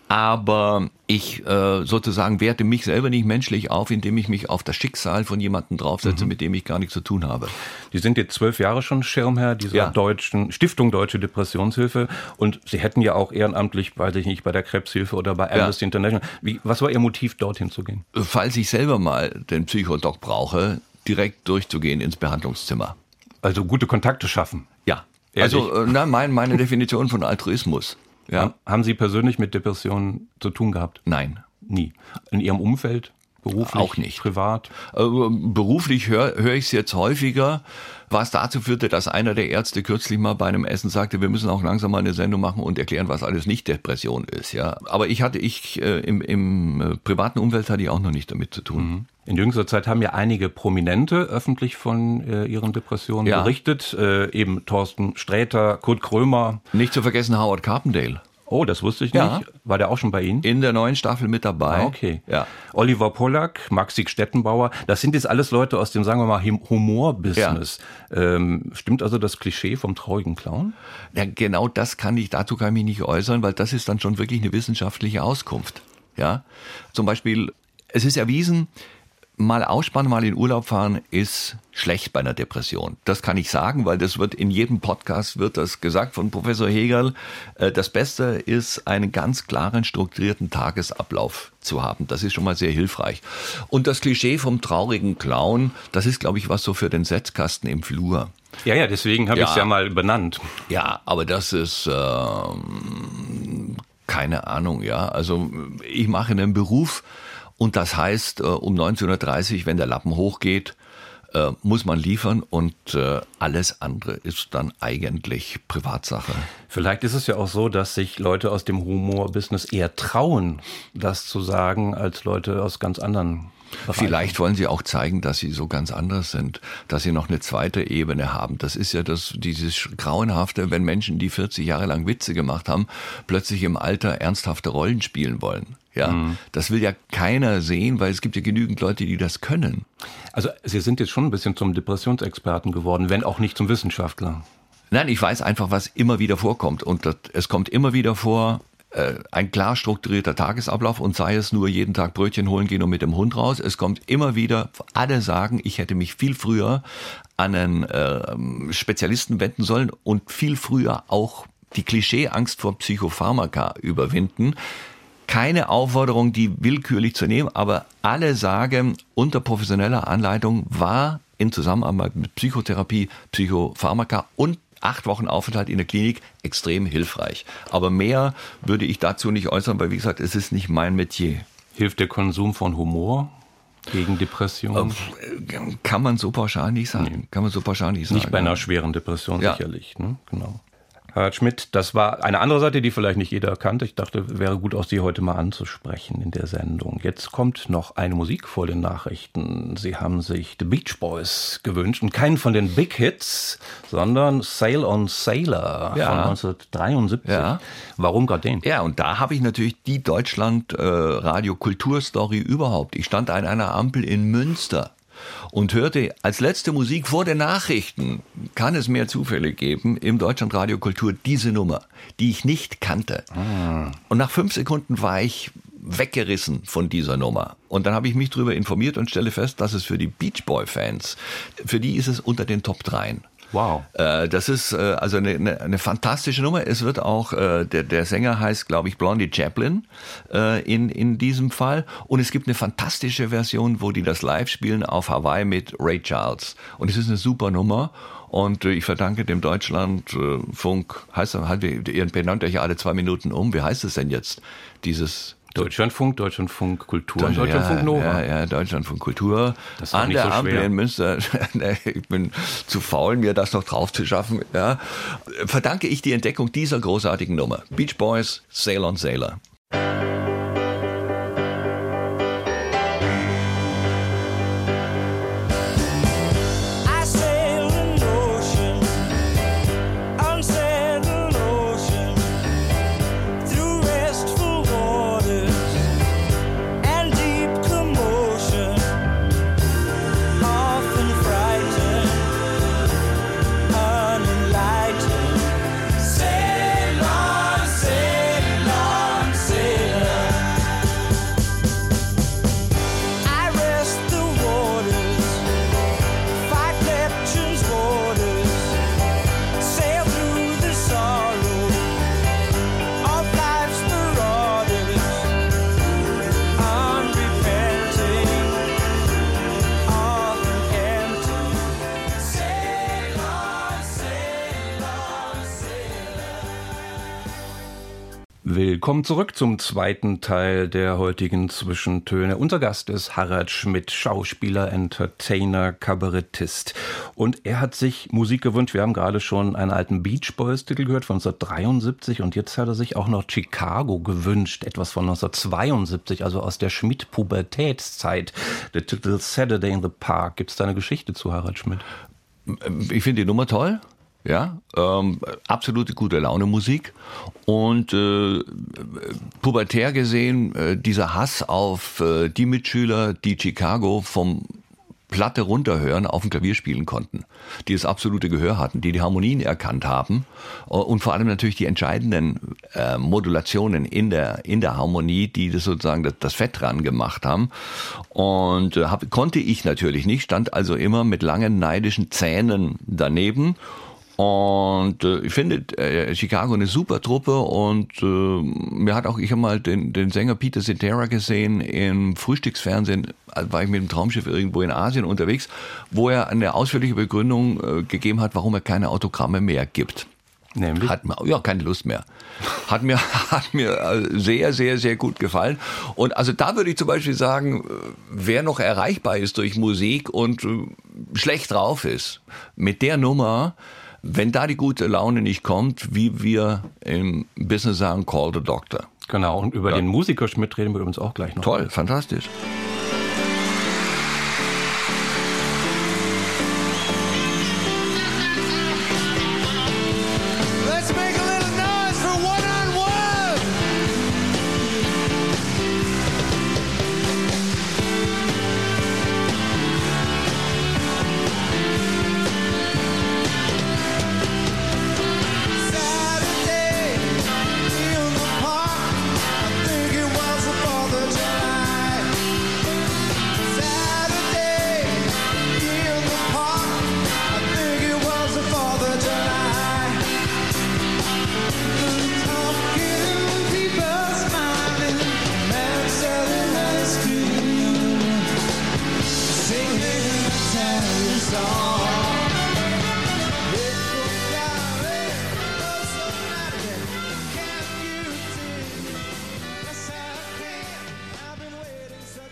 Aber ich sozusagen werte mich selber nicht menschlich auf, indem ich mich auf das Schicksal von jemandem draufsetze, mit dem ich gar nichts zu tun habe. Sie sind jetzt 12 Jahre schon Schirmherr dieser deutschen Stiftung Deutsche Depressionshilfe und Sie hätten ja auch ehrenamtlich, weiß ich nicht, bei der Krebshilfe oder bei Amnesty International. Was war Ihr Motiv, dorthin zu gehen? Falls ich selber mal den Psychodoc brauche, direkt durchzugehen ins Behandlungszimmer. Also gute Kontakte schaffen? Ja. Ehrlich? Also meine Definition von Altruismus. Ja. Haben Sie persönlich mit Depressionen zu tun gehabt? Nein. Nie. In Ihrem Umfeld? Beruflich? Auch nicht. Privat? Beruflich höre ich es jetzt häufiger, was dazu führte, dass einer der Ärzte kürzlich mal bei einem Essen sagte, wir müssen auch langsam mal eine Sendung machen und erklären, was alles nicht Depression ist. Ja. Aber im privaten Umfeld hatte ich auch noch nicht damit zu tun. In jüngster Zeit haben ja einige Prominente öffentlich von ihren Depressionen berichtet. Eben Thorsten Sträter, Kurt Krömer. Nicht zu vergessen Howard Carpendale. Oh, das wusste ich nicht. War der auch schon bei Ihnen? In der neuen Staffel mit dabei. Ah, okay. Ja. Oliver Pollack, Maxi Stettenbauer. Das sind jetzt alles Leute aus dem, sagen wir mal, Humor-Business. Ja. Stimmt also das Klischee vom traurigen Clown? Ja, genau dazu kann ich mich nicht äußern, weil das ist dann schon wirklich eine wissenschaftliche Auskunft. Ja. Zum Beispiel, es ist erwiesen, mal ausspannen, mal in Urlaub fahren ist schlecht bei einer Depression. Das kann ich sagen, weil das wird in jedem Podcast wird das gesagt von Professor Hegel. Das Beste ist, einen ganz klaren, strukturierten Tagesablauf zu haben. Das ist schon mal sehr hilfreich. Und das Klischee vom traurigen Clown, das ist, glaube ich, was so für den Setzkasten im Flur. Ja, deswegen habe ich es ja mal benannt. Ja, aber das ist keine Ahnung, ja. Also ich mache einen Beruf. Und das heißt, um 19:30 Uhr, wenn der Lappen hochgeht, muss man liefern und alles andere ist dann eigentlich Privatsache. Vielleicht ist es ja auch so, dass sich Leute aus dem Humor-Business eher trauen, das zu sagen, als Leute aus ganz anderen Vielleicht wollen sie auch zeigen, dass sie so ganz anders sind, dass sie noch eine zweite Ebene haben. Das ist ja dieses Grauenhafte, wenn Menschen, die 40 Jahre lang Witze gemacht haben, plötzlich im Alter ernsthafte Rollen spielen wollen. Ja, das will ja keiner sehen, weil es gibt ja genügend Leute, die das können. Also Sie sind jetzt schon ein bisschen zum Depressionsexperten geworden, wenn auch nicht zum Wissenschaftler. Nein, ich weiß einfach, was immer wieder vorkommt. Und es kommt immer wieder vor, ein klar strukturierter Tagesablauf, und sei es nur jeden Tag Brötchen holen gehen und mit dem Hund raus. Es kommt immer wieder, alle sagen, ich hätte mich viel früher an einen Spezialisten wenden sollen und viel früher auch die Klischeeangst vor Psychopharmaka überwinden. Keine Aufforderung, die willkürlich zu nehmen, aber alle sagen, unter professioneller Anleitung war in Zusammenarbeit mit Psychotherapie, Psychopharmaka und 8 Wochen Aufenthalt in der Klinik extrem hilfreich. Aber mehr würde ich dazu nicht äußern, weil wie gesagt, es ist nicht mein Metier. Hilft der Konsum von Humor gegen Depressionen? Kann man so pauschal nicht sagen. Nee. Kann man so pauschal nicht sagen. Nicht bei einer schweren Depression Ja. sicherlich. Ne? Genau. Harald Schmidt, das war eine andere Seite, die vielleicht nicht jeder kannte. Ich dachte, wäre gut, auch Sie heute mal anzusprechen in der Sendung. Jetzt kommt noch eine Musik vor den Nachrichten. Sie haben sich The Beach Boys gewünscht und keinen von den Big Hits, sondern Sail on Sailor von 1973. Ja. Warum gerade den? Ja, und da habe ich natürlich die Deutschland-Radio-Kulturstory überhaupt. Ich stand an einer Ampel in Münster und hörte als letzte Musik vor den Nachrichten, kann es mehr Zufälle geben, im Deutschlandradio Kultur diese Nummer, die ich nicht kannte. Und nach 5 Sekunden war ich weggerissen von dieser Nummer. Und dann habe ich mich darüber informiert und stelle fest, dass es für die Beach Boy-Fans, für die ist es unter den Top 3. Wow. Das ist also eine fantastische Nummer. Es wird auch, der Sänger heißt, glaube ich, Blondie Chaplin in diesem Fall. Und es gibt eine fantastische Version, wo die das live spielen auf Hawaii mit Ray Charles. Und es ist eine super Nummer. Und ich verdanke dem Deutschlandfunk, ihr benannt euch ja alle 2 Minuten um. Wie heißt es denn jetzt, dieses... Deutschlandfunk Kultur und Deutschlandfunk Nova. Ja, Deutschlandfunk Kultur. Das war an nicht der so Ampel schwer. in Münster. Ich bin zu faul, mir das noch drauf zu schaffen. Ja. Verdanke ich die Entdeckung dieser großartigen Nummer. Beach Boys, Sail on Sailor. Willkommen zurück zum zweiten Teil der heutigen Zwischentöne. Unser Gast ist Harald Schmidt, Schauspieler, Entertainer, Kabarettist. Und er hat sich Musik gewünscht. Wir haben gerade schon einen alten Beach Boys Titel gehört von 1973 und jetzt hat er sich auch noch Chicago gewünscht, etwas von 1972, also aus der Schmidt-Pubertätszeit. Der Titel Saturday in the Park. Gibt es da eine Geschichte zu, Harald Schmidt? Ich finde die Nummer toll. Ja, absolute gute Laune Musik und pubertär gesehen dieser Hass auf die Mitschüler, die Chicago vom Platte runterhören auf dem Klavier spielen konnten, die das absolute Gehör hatten, die Harmonien erkannt haben und vor allem natürlich die entscheidenden Modulationen in der Harmonie, die das sozusagen das Fett dran gemacht haben. Und konnte ich natürlich nicht, stand also immer mit langen neidischen Zähnen daneben. Und ich finde Chicago eine super Truppe und ich habe mal den Sänger Peter Cetera gesehen im Frühstücksfernsehen, war ich mit dem Traumschiff irgendwo in Asien unterwegs, wo er eine ausführliche Begründung gegeben hat, warum er keine Autogramme mehr gibt. Nämlich? Keine Lust mehr. Hat mir sehr, sehr, sehr gut gefallen. Und also da würde ich zum Beispiel sagen, wer noch erreichbar ist durch Musik und schlecht drauf ist, mit der Nummer, wenn da die gute Laune nicht kommt, wie wir im Business sagen, call the doctor. Genau, und über den Musiker Schmidt reden wir übrigens auch gleich noch. Toll, fantastisch.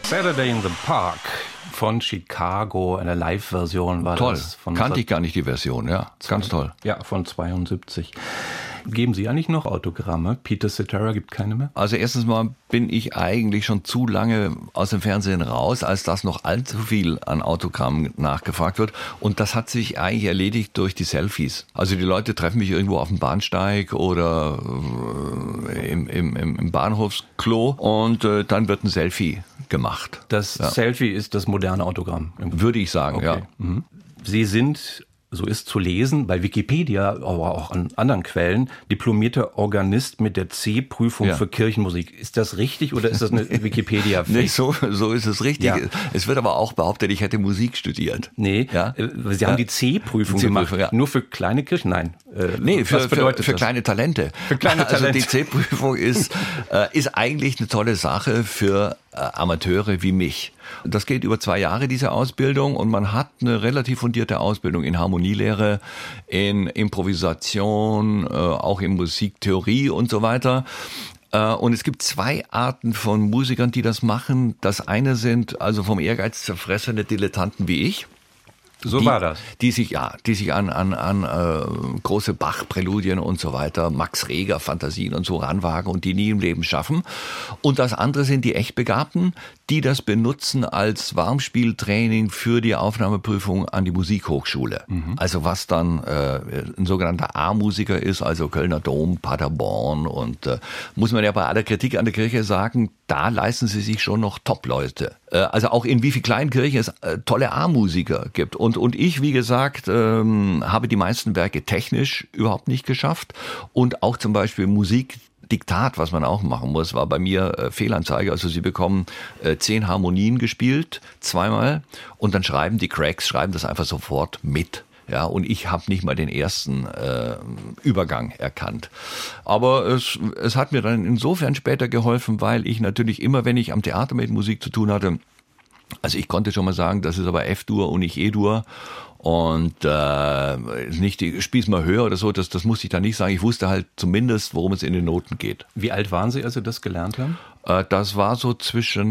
Saturday in the Park von Chicago, eine Live-Version war toll. das. Kannte ich gar nicht die Version, ja. Ganz toll. Ja, von 72. Geben Sie eigentlich noch Autogramme? Peter Cetera gibt keine mehr? Also erstens mal bin ich eigentlich schon zu lange aus dem Fernsehen raus, als dass noch allzu viel an Autogrammen nachgefragt wird. Und das hat sich eigentlich erledigt durch die Selfies. Also die Leute treffen mich irgendwo auf dem Bahnsteig oder im Bahnhofsklo und dann wird ein Selfie gemacht. Das Selfie ist das moderne Autogramm. Würde ich sagen, ja. Mhm. Sie sind, so ist zu lesen, bei Wikipedia, aber auch an anderen Quellen, diplomierter Organist mit der C-Prüfung für Kirchenmusik. Ist das richtig oder ist das eine Wikipedia-Fake? Nee, so ist es richtig. Ja. Es wird aber auch behauptet, ich hätte Musik studiert. Nee, Sie haben die C-Prüfung gemacht. Ja. Nur für kleine Kirchen? Nein. Nee, für kleine Talente. Für kleine Talente. Also die C-Prüfung ist eigentlich eine tolle Sache für Amateure wie mich. Das geht über 2 Jahre, diese Ausbildung, und man hat eine relativ fundierte Ausbildung in Harmonielehre, in Improvisation, auch in Musiktheorie und so weiter. Und es gibt 2 Arten von Musikern, die das machen. Das eine sind also vom Ehrgeiz zerfressene Dilettanten wie ich. So war das. Die sich an große Bach-Präludien und so weiter, Max Reger Fantasien und so ranwagen und die nie im Leben schaffen. Und das andere sind die Echtbegabten, die das benutzen als Warmspieltraining für die Aufnahmeprüfung an die Musikhochschule. Mhm. Also was dann ein sogenannter A-Musiker ist, also Kölner Dom, Paderborn, und muss man ja bei aller Kritik an der Kirche sagen, da leisten sie sich schon noch Top-Leute. Also auch in wie viel kleinen Kirchen es tolle A-Musiker gibt. Und ich, wie gesagt, habe die meisten Werke technisch überhaupt nicht geschafft. Und auch zum Beispiel Musikdiktat, was man auch machen muss, war bei mir Fehlanzeige. Also sie bekommen 10 Harmonien gespielt, 2-mal, und dann schreiben die Cracks das einfach sofort mit. Ja, und ich habe nicht mal den ersten Übergang erkannt. Aber es hat mir dann insofern später geholfen, weil ich natürlich immer, wenn ich am Theater mit Musik zu tun hatte, also ich konnte schon mal sagen, das ist aber F-Dur und nicht E-Dur. Und nicht Spieß mal höher oder so, das musste ich da nicht sagen. Ich wusste halt zumindest, worum es in den Noten geht. Wie alt waren Sie, als Sie das gelernt haben? Das war so zwischen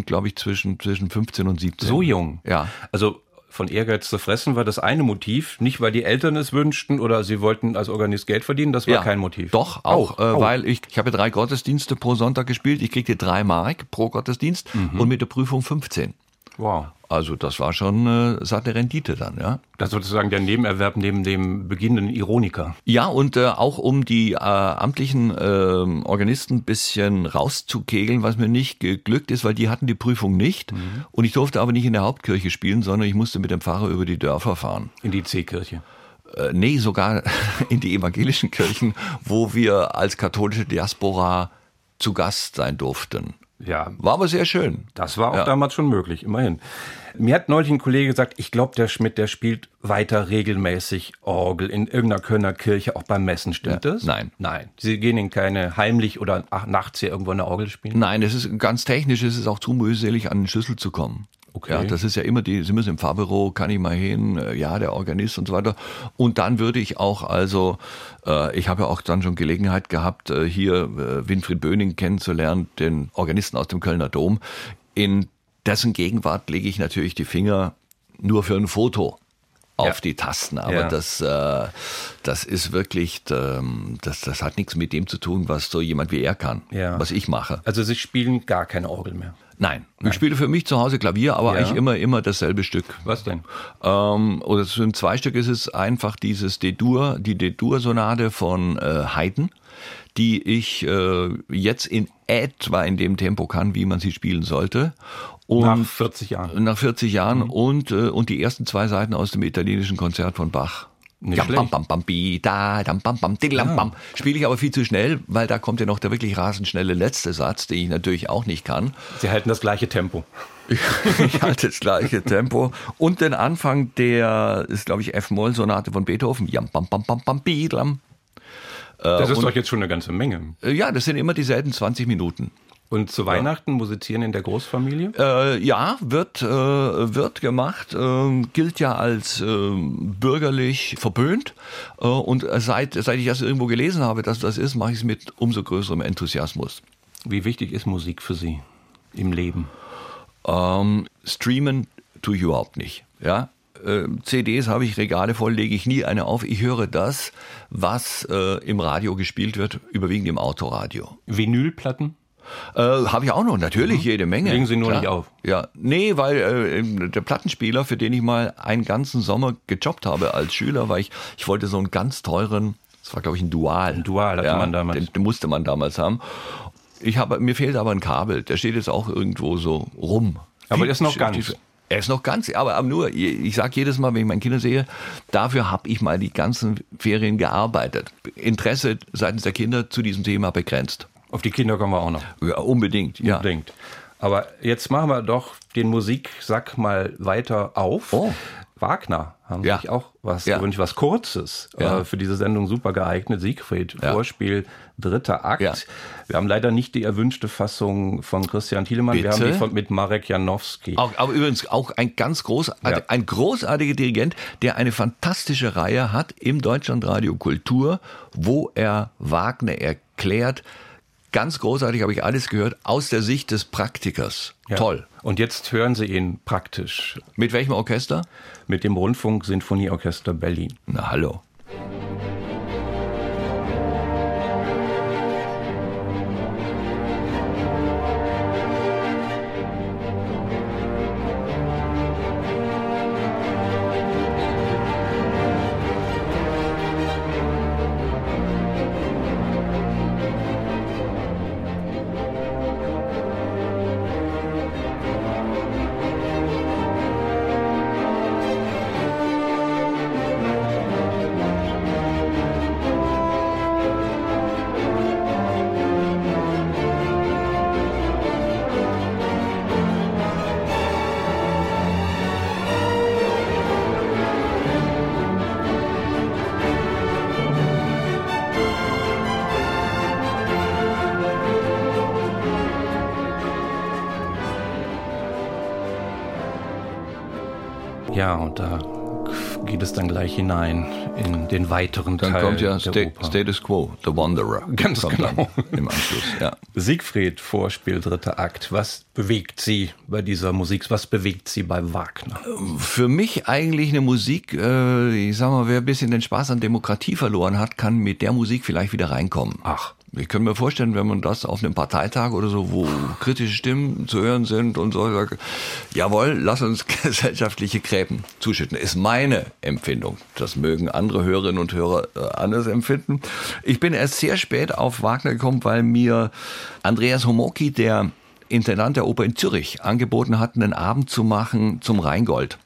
15 und 17. So jung? Ja. Also von Ehrgeiz zu fressen war das eine Motiv, nicht weil die Eltern es wünschten oder sie wollten als Organist Geld verdienen, das war kein Motiv. Doch, auch, weil ich habe 3 Gottesdienste pro Sonntag gespielt, ich kriegte 3 Mark pro Gottesdienst und mit der Prüfung 15. Wow. Also das war schon satte Rendite dann, ja. Das ist sozusagen der Nebenerwerb neben dem beginnenden Ironiker. Ja, und auch um die amtlichen Organisten ein bisschen rauszukegeln, was mir nicht geglückt ist, weil die hatten die Prüfung nicht. Und ich durfte aber nicht in der Hauptkirche spielen, sondern ich musste mit dem Pfarrer über die Dörfer fahren. In die C-Kirche? Nee, sogar in die evangelischen Kirchen, wo wir als katholische Diaspora zu Gast sein durften. Ja. War aber sehr schön. Das war auch damals schon möglich, immerhin. Mir hat neulich ein Kollege gesagt, ich glaube, der Schmidt, der spielt weiter regelmäßig Orgel in irgendeiner Kölner Kirche, auch beim Messen. Stimmt das? Nein. Nein. Sie gehen in keine heimlich oder nachts hier irgendwo eine Orgel spielen? Nein, es ist ganz technisch, es ist auch zu mühselig, an den Schlüssel zu kommen. Okay. Ja, das ist ja immer Sie müssen im Pfarrbüro, kann ich mal hin, ja, der Organist und so weiter. Und dann würde ich auch, ich habe ja auch dann schon Gelegenheit gehabt, hier Winfried Böning kennenzulernen, den Organisten aus dem Kölner Dom. In dessen Gegenwart lege ich natürlich die Finger nur für ein Foto auf die Tasten, aber das ist wirklich, das hat nichts mit dem zu tun, was so jemand wie er kann, was ich mache. Also Sie spielen gar keine Orgel mehr? Nein. Ich spiele für mich zu Hause Klavier, aber eigentlich immer dasselbe Stück. Was denn? Oder es sind 2 Stück, ist es einfach dieses D-Dur, die D-Dur-Sonate von Haydn, die ich jetzt in etwa in dem Tempo kann, wie man sie spielen sollte. Und nach 40 Jahren. Nach 40 Jahren und die ersten 2 Seiten aus dem italienischen Konzert von Bach. Spiele ich aber viel zu schnell, weil da kommt ja noch der wirklich rasend schnelle letzte Satz, den ich natürlich auch nicht kann. Sie halten das gleiche Tempo. Ich halte das gleiche Tempo. Und den Anfang, der ist, glaube ich, F-Moll-Sonate von Beethoven. Das ist doch jetzt schon eine ganze Menge. Ja, das sind immer dieselben 20 Minuten. Und zu Weihnachten musizieren in der Großfamilie? Ja, wird gemacht, gilt ja als bürgerlich verpönt. Und seit ich das irgendwo gelesen habe, dass das ist, mache ich es mit umso größerem Enthusiasmus. Wie wichtig ist Musik für Sie im Leben? Streamen tue ich überhaupt nicht. Ja? CDs habe ich, Regale voll, lege ich nie eine auf. Ich höre das, was im Radio gespielt wird, überwiegend im Autoradio. Vinylplatten? Habe ich auch noch, natürlich, jede Menge. Legen Sie nur Klar. nicht auf? Ja, nee, weil der Plattenspieler, für den ich mal einen ganzen Sommer gejobbt habe als Schüler, weil ich wollte so einen ganz teuren, das war glaube ich ein Dual. Ein Dual hatte man damals. Den musste man damals haben. Mir fehlt aber ein Kabel, der steht jetzt auch irgendwo so rum. Aber der ist noch ganz. Er ist noch ganz, aber nur, ich sage jedes Mal, wenn ich meine Kinder sehe, dafür habe ich mal die ganzen Ferien gearbeitet. Interesse seitens der Kinder zu diesem Thema begrenzt. Auf die Kinder kommen wir auch noch. Ja, unbedingt, ja. Unbedingt. Aber jetzt machen wir doch den Musiksack mal weiter auf. Oh. Wagner haben Ja. sich auch was Ja. gewünscht, was Kurzes, Ja. für diese Sendung super geeignet. Siegfried, Ja. Vorspiel, 3. Akt. Ja. Wir haben leider nicht die erwünschte Fassung von Christian Thielemann. Wir Bitte? haben die mit Marek Janowski. Aber übrigens auch ein ganz ein großartiger Dirigent, der eine fantastische Reihe hat im Deutschlandradio Kultur, wo er Wagner erklärt. Ganz großartig, habe ich alles gehört, aus der Sicht des Praktikers. Ja. Toll. Und jetzt hören Sie ihn praktisch Mit welchem Orchester? mit dem Rundfunk-Sinfonieorchester Berlin. Na hallo. Ja, und da geht es dann gleich hinein in den weiteren Dann Teil kommt ja der Oper. Status Quo, The Wanderer. Ganz kommt genau. dann im Anschluss, ja. Siegfried, Vorspiel, 3. Akt. Was bewegt Sie bei dieser Musik? Was bewegt Sie bei Wagner? Für mich eigentlich eine Musik, ich sag mal, wer ein bisschen den Spaß an Demokratie verloren hat, kann mit der Musik vielleicht wieder reinkommen. Ach. Ich kann mir vorstellen, wenn man das auf einem Parteitag oder so, wo kritische Stimmen zu hören sind und so, sagt, jawohl, lass uns gesellschaftliche Gräben zuschütten. Ist meine Empfindung. Das mögen andere Hörerinnen und Hörer anders empfinden. Ich bin erst sehr spät auf Wagner gekommen, weil mir Andreas Homoki, der Intendant der Oper in Zürich, angeboten hat, einen Abend zu machen zum Rheingold.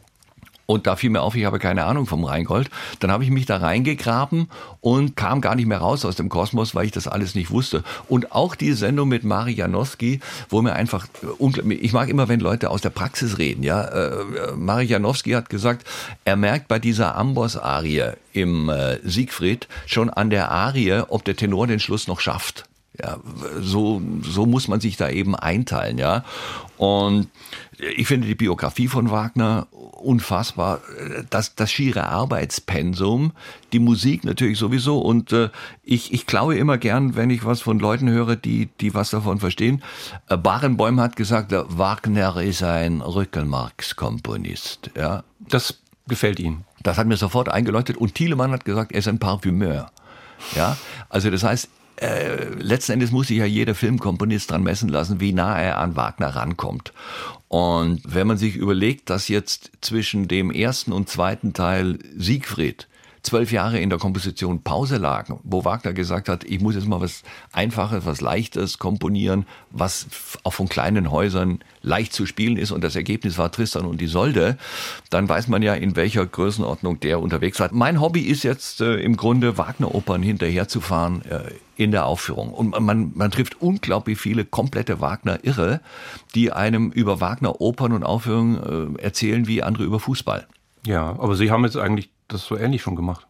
Und da fiel mir auf, ich habe keine Ahnung vom Rheingold. Dann habe ich mich da reingegraben und kam gar nicht mehr raus aus dem Kosmos, weil ich das alles nicht wusste. Und auch die Sendung mit Marek Janowski, wo mir einfach unglaublich, ich mag immer, wenn Leute aus der Praxis reden, ja. Marek Janowski hat gesagt, er merkt bei dieser Amboss-Arie im Siegfried schon an der Arie, ob der Tenor den Schluss noch schafft. Ja, so muss man sich da eben einteilen, ja. Und ich finde die Biografie von Wagner unfassbar. Das schiere Arbeitspensum, die Musik natürlich sowieso. Und ich klaue immer gern, wenn ich was von Leuten höre, die was davon verstehen. Barenboim hat gesagt, Wagner ist ein Rückenmarkskomponist, ja. Das gefällt Ihnen? Das hat mir sofort eingeleuchtet. Und Thielemann hat gesagt, er ist ein Parfümeur, ja. Also das heißt, letzten Endes muss sich ja jeder Filmkomponist dran messen lassen, wie nah er an Wagner rankommt. Und wenn man sich überlegt, dass jetzt zwischen dem ersten und zweiten Teil Siegfried 12 Jahre in der Komposition Pause lagen, wo Wagner gesagt hat, ich muss jetzt mal was Einfaches, was Leichtes komponieren, was auch von kleinen Häusern leicht zu spielen ist, und das Ergebnis war Tristan und Isolde, dann weiß man ja, in welcher Größenordnung der unterwegs war. Mein Hobby ist jetzt im Grunde, Wagner-Opern hinterherzufahren in der Aufführung. Und man trifft unglaublich viele komplette Wagner-Irre, die einem über Wagner-Opern und Aufführungen erzählen wie andere über Fußball. Ja, aber Sie haben jetzt eigentlich das so ähnlich schon gemacht.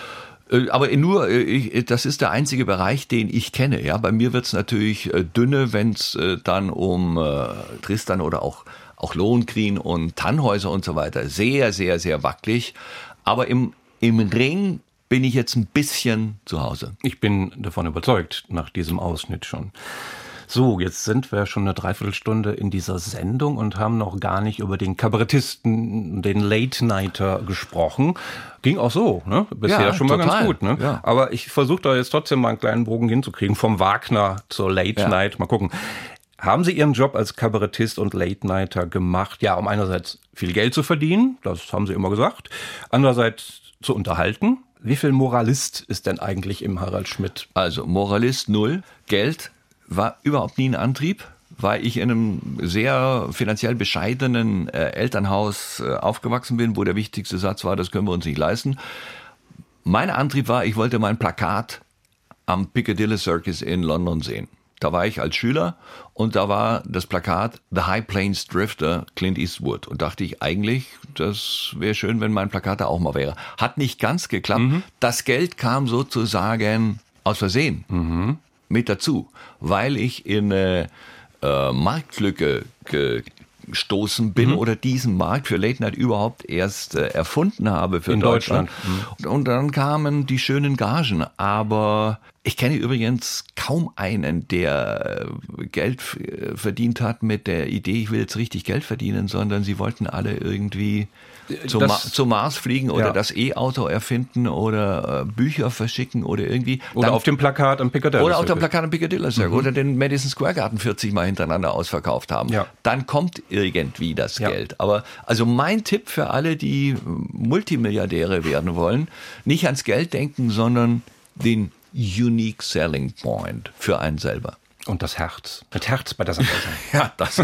Aber das ist der einzige Bereich, den ich kenne. Ja, bei mir wird's natürlich dünne, wenn's dann um Tristan oder auch Lohengrin und Tannhäuser und so weiter. Sehr, sehr, sehr wackelig. Aber im Ring bin ich jetzt ein bisschen zu Hause. Ich bin davon überzeugt, nach diesem Ausschnitt schon. So, jetzt sind wir schon eine Dreiviertelstunde in dieser Sendung und haben noch gar nicht über den Kabarettisten, den Late-Nighter gesprochen. Ging auch so, ne? Bisher Ja, schon mal total. ganz gut, ne? Ja. Aber ich versuche da jetzt trotzdem mal einen kleinen Bogen hinzukriegen, vom Wagner zur Late-Night. Mal gucken. Haben Sie Ihren Job als Kabarettist und Late-Nighter gemacht, ja, um einerseits viel Geld zu verdienen, das haben Sie immer gesagt, andererseits zu unterhalten? Wie viel Moralist ist denn eigentlich im Harald Schmidt? Also Moralist 0, Geld war überhaupt nie ein Antrieb, weil ich in einem sehr finanziell bescheidenen Elternhaus aufgewachsen bin, wo der wichtigste Satz war, das können wir uns nicht leisten. Mein Antrieb war, ich wollte mein Plakat am Piccadilly Circus in London sehen. Da war ich als Schüler und da war das Plakat The High Plains Drifter, Clint Eastwood. Und dachte ich eigentlich, das wäre schön, wenn mein Plakat da auch mal wäre. Hat nicht ganz geklappt. Das Geld kam sozusagen aus Versehen mit dazu, weil ich in eine Marktlücke gestoßen bin oder diesen Markt für Late Night überhaupt erst erfunden habe für in Deutschland. Und dann kamen die schönen Gagen. Aber ich kenne übrigens kaum einen, der Geld verdient hat mit der Idee, ich will jetzt richtig Geld verdienen, sondern sie wollten alle irgendwie zum Mars fliegen oder das E-Auto erfinden oder Bücher verschicken oder irgendwie. Oder auf dem Plakat am Piccadilly Circus. Oder auf dem Plakat am Piccadilly Circus oder den Madison Square Garden 40 Mal hintereinander ausverkauft haben. Ja. Dann kommt irgendwie das Geld. Aber also mein Tipp für alle, die Multimilliardäre werden wollen, nicht ans Geld denken, sondern den Unique Selling Point für einen selber. Und das Herz. Mit Herz bei der Sache sein. Ja, das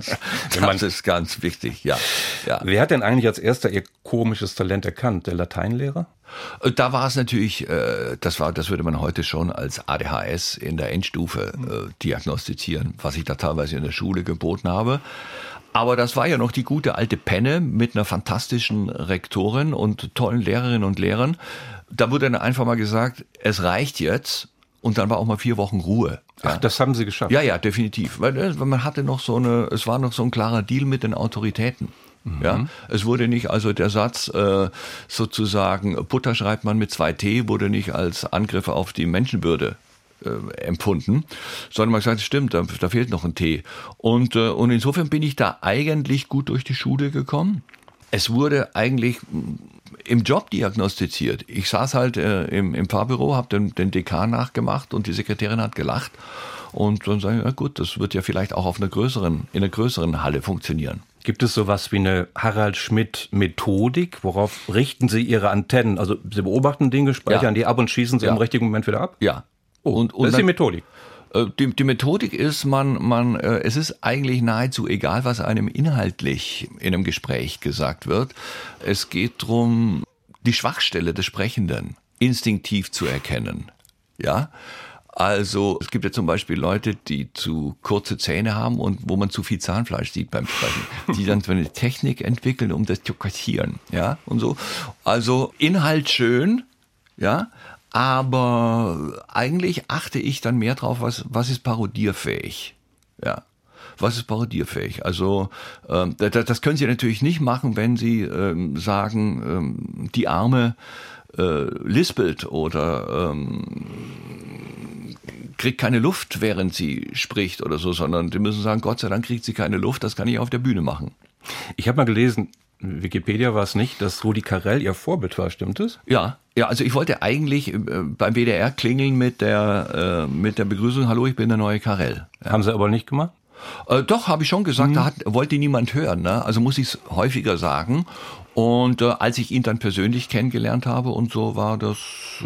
ist ganz wichtig, ja. Wer hat denn eigentlich als erster Ihr komisches Talent erkannt? Der Lateinlehrer? Da war es natürlich, das würde man heute schon als ADHS in der Endstufe diagnostizieren, was ich da teilweise in der Schule geboten habe. Aber das war ja noch die gute alte Penne mit einer fantastischen Rektorin und tollen Lehrerinnen und Lehrern. Da wurde dann einfach mal gesagt, es reicht jetzt. Und dann war auch mal 4 Wochen Ruhe. Ach, das haben Sie geschafft? Ja, definitiv. Weil man hatte noch es war noch so ein klarer Deal mit den Autoritäten. Ja, es wurde nicht, also der Satz sozusagen, Butter schreibt man mit 2 T, wurde nicht als Angriff auf die Menschenwürde empfunden, sondern man gesagt, stimmt, da fehlt noch ein T. Und insofern bin ich da eigentlich gut durch die Schule gekommen. Es wurde eigentlich im Job diagnostiziert. Ich saß halt im Fahrbüro, habe den Dekan nachgemacht und die Sekretärin hat gelacht. Und dann sage ich, na gut, das wird ja vielleicht auch in einer größeren Halle funktionieren. Gibt es sowas wie eine Harald Schmidt-Methodik? Worauf richten Sie Ihre Antennen? Also Sie beobachten Dinge, speichern die ab und schießen sie im richtigen Moment wieder ab? Ja. Und das ist die Methodik? Die Methodik ist, es ist eigentlich nahezu egal, was einem inhaltlich in einem Gespräch gesagt wird. Es geht darum, die Schwachstelle des Sprechenden instinktiv zu erkennen. Ja? Also es gibt ja zum Beispiel Leute, die zu kurze Zähne haben und wo man zu viel Zahnfleisch sieht beim Sprechen, die dann so eine Technik entwickeln, um das zu kaschieren, ja, und so. Also Inhalt schön, ja, aber eigentlich achte ich dann mehr drauf, was ist parodierfähig, ja. Was ist parodierfähig? Also das können Sie natürlich nicht machen, wenn Sie sagen, die Arme lispelt oder kriegt keine Luft, während sie spricht oder so, sondern die müssen sagen, Gott sei Dank kriegt sie keine Luft, das kann ich auf der Bühne machen. Ich habe mal gelesen, Wikipedia war es nicht, dass Rudi Carrell Ihr Vorbild war, stimmt es? Ja, also ich wollte eigentlich beim WDR klingeln mit der Begrüßung, hallo, ich bin der neue Carrell. Ja. Haben Sie aber nicht gemacht? Doch, habe ich schon gesagt, da wollte niemand hören, ne? Also muss ich es häufiger sagen. Und als ich ihn dann persönlich kennengelernt habe und so war das,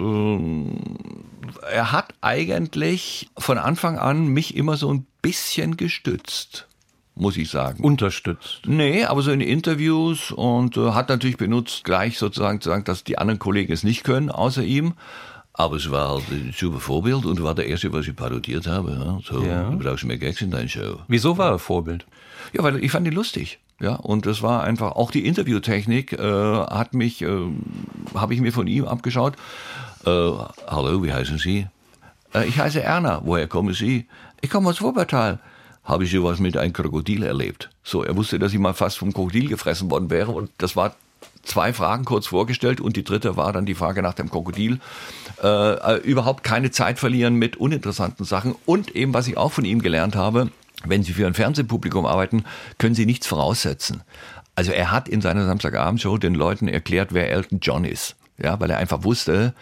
er hat eigentlich von Anfang an mich immer so ein bisschen gestützt, muss ich sagen. Unterstützt? Nee, aber so in Interviews und hat natürlich benutzt, gleich sozusagen zu sagen, dass die anderen Kollegen es nicht können, außer ihm. Aber es war halt ein super Vorbild und war der erste, was ich parodiert habe. Ja? So, du brauchst mehr Gags in deiner Show. Wieso war er Vorbild? Ja, weil ich fand ihn lustig. Ja, und das war einfach, auch die Interviewtechnik habe ich mir von ihm abgeschaut. Hallo, wie heißen Sie? Ich heiße Erna. Woher kommen Sie? Ich komme aus Wuppertal. Habe ich sowas mit einem Krokodil erlebt? So, er wusste, dass ich mal fast vom Krokodil gefressen worden wäre und das war 2 Fragen kurz vorgestellt und die dritte war dann die Frage nach dem Krokodil. Überhaupt keine Zeit verlieren mit uninteressanten Sachen und eben, was ich auch von ihm gelernt habe, wenn Sie für ein Fernsehpublikum arbeiten, können Sie nichts voraussetzen. Also er hat in seiner Samstagabendshow den Leuten erklärt, wer Elton John ist. Ja, weil er einfach wusste,